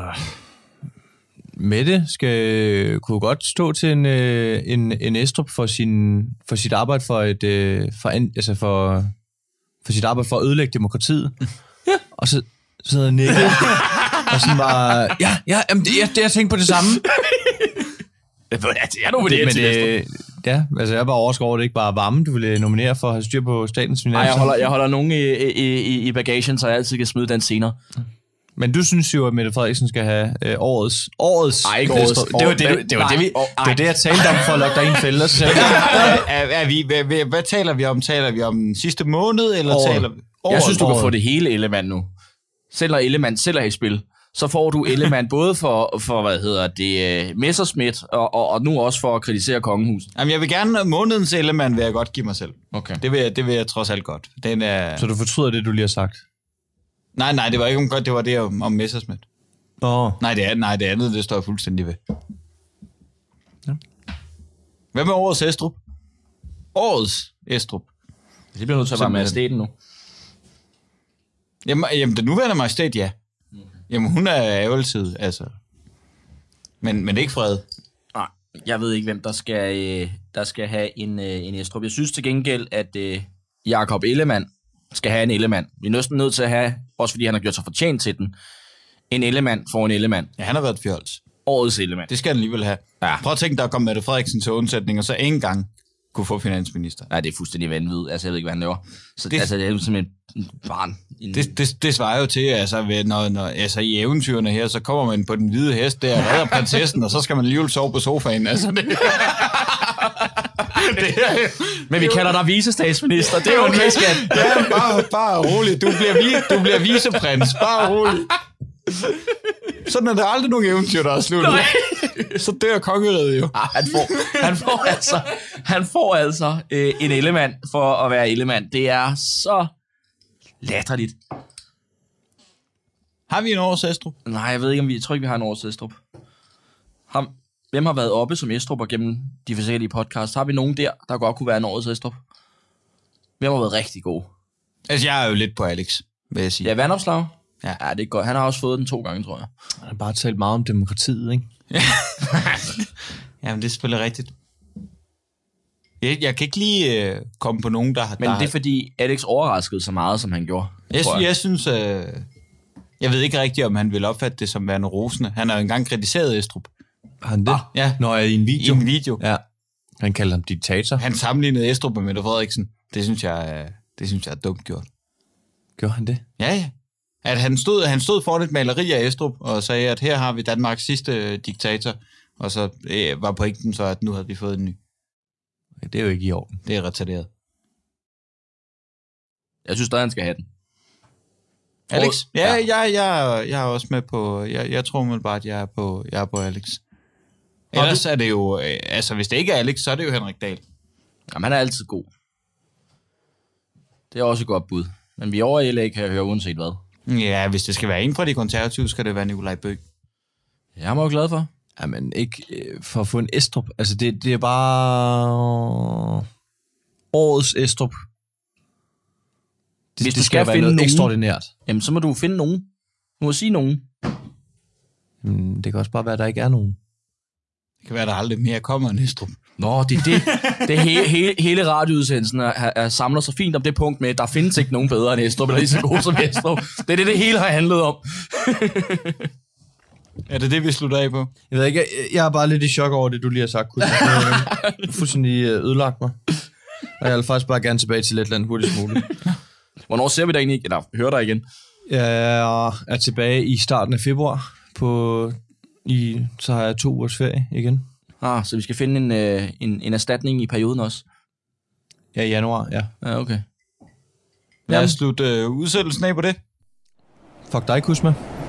Mette kunne godt stå til en Estrup for sit arbejde for sit arbejde for at ødelægge demokratiet. Ja. Og så havde jeg nikket, og sådan var, jamen, jeg tænkte på det samme. Ja, altså jeg var overrasket over, det ikke bare varme, du ville nominere for at have styr på statens finanser. Nej, jeg holder nogen i bagagen, så jeg altid kan smide den senere. Men du synes jo, at Mette Frederiksen skal have årets... Nej, ikke årets. Det var det, jeg talte om for at lukke dig i en fælde. Hvad taler vi om? Taler vi om den sidste måned, eller taler vi... Jeg synes, du kan få det hele Ellemann nu. Selv når Ellemann selv er i spil, så får du Ellemann både for Messerschmidt, og nu også for at kritisere kongehuset. Jamen, jeg vil gerne... Månedens Ellemann vil jeg godt give mig selv. Okay. Det vil jeg trods alt godt. Så du fortryder det, du lige har sagt? Nej, det var ikke om godt, det var det om Messerschmidt. Nej, det andet, det står jeg fuldstændig ved. Ja. Hvad med årets Estrup? Årets Estrup. Det bliver nødt til at være majestæten nu. Jamen, den nuværende majestæt, ja. Jamen, hun er ærgeltid, altså. Men ikke fred. Nej, jeg ved ikke, hvem der skal have en Estrup. Jeg synes til gengæld, at Jakob Ellemann skal have en Ellemann. Vi er næsten nødt til at have, også fordi han har gjort sig fortjent til den, en Ellemann for en Ellemann. Ja, han har været fjols. Årets Ellemann. Det skal han alligevel have. Ja. Prøv at tænke dig at komme Mette Frederiksen til undsætning, og så en gang kunne få finansminister. Nej, det er fuldstændig vanvittigt. Altså, jeg ved ikke, hvad han laver. Så det er jo simpelthen en barn. Det svarer jo til, altså, når i eventyrene her, så kommer man på den hvide hest der, redder prinsessen, og så skal man alligevel sove på sofaen. Altså, det... Men vi kalder dig vicestatsminister. Det er jo okay, skat. Ja, bare roligt. Du bliver viceprins. Bare roligt. Sådan er der aldrig nogen eventyr, der er sluttet. Så dør kongeriget jo. Han får altså en Ellemann for at være Ellemann. Det er så latterligt. Har vi en års Estrup? Nej, jeg ved ikke, jeg tror ikke, vi har en års Estrup. Hvem har været oppe som Estrup'er gennem de forskellige podcasts? Har vi nogen der godt kunne være en årets Estrup? Hvem har været rigtig god? Altså, jeg er jo lidt på Alex, vil jeg sige. Ja, vandopslag. Ja, det er godt. Han har også fået den 2 gange, tror jeg. Han har bare talt meget om demokratiet, ikke? Jamen, det er selvfølgelig rigtigt. Jeg kan ikke lige komme på nogen, der har... Men det er fordi, Alex overraskede så meget, som han gjorde. Jeg synes... jeg ved ikke rigtigt, om han vil opfatte det som værende rosende. Han har jo engang kritiseret Estrup. Har han det? Ja. Når jeg i en video? I en video. Ja. Han kaldte ham diktator. Han sammenlignede Estrup med Mette Frederiksen. Det synes jeg er dumt gjort. Gjorde han det? Ja. At han stod foran et maleri af Estrup og sagde, at her har vi Danmarks sidste diktator. Og så var pointen så, at nu havde vi fået en ny. Det er jo ikke i orden. Det er retarderet. Jeg synes stadig, han skal have den. Alex? Ja. Jeg er også med på... Jeg tror vel bare, at jeg er på Alex. Ellers er det jo... Altså, hvis det ikke er Alex, så er det jo Henrik Dahl. Jamen, han er altid god. Det er også et godt bud. Men vi over i LA kan jeg høre uanset hvad. Ja, hvis det skal være en fra de konservative, skal det være Nikolaj Bøgh. Jeg er meget glad for. Jamen, ikke for at få en Estrup. Altså, det er bare... Årets Estrup. Hvis du skal finde nogen ekstraordinært. Jamen, så må du finde nogen. Du må sige nogen. Det kan også bare være, at der ikke er nogen. Det kan være, at der aldrig mere kommer en Estrup. Nå, det hele radioudsendelsen samler sig fint om det punkt med, at der findes ikke nogen bedre end Estrup, eller lige så god som Estrup. Det er det hele har handlet om. Er det, vi slutter af på? Jeg ved ikke, jeg er bare lidt i chok over det, du lige har sagt. Du har fuldstændig ødelagt mig. Og jeg vil faktisk bare gerne tilbage til Letland hurtigst muligt. Hvornår ser vi dig egentlig, eller hører dig igen? Jeg er tilbage i starten af februar. Så har jeg 2 ugers ferie igen. Så vi skal finde en erstatning i perioden også? Ja, i januar, ja. Ja, okay. Lad os slutte udsættelsen af på det. Fuck dig, Kusma.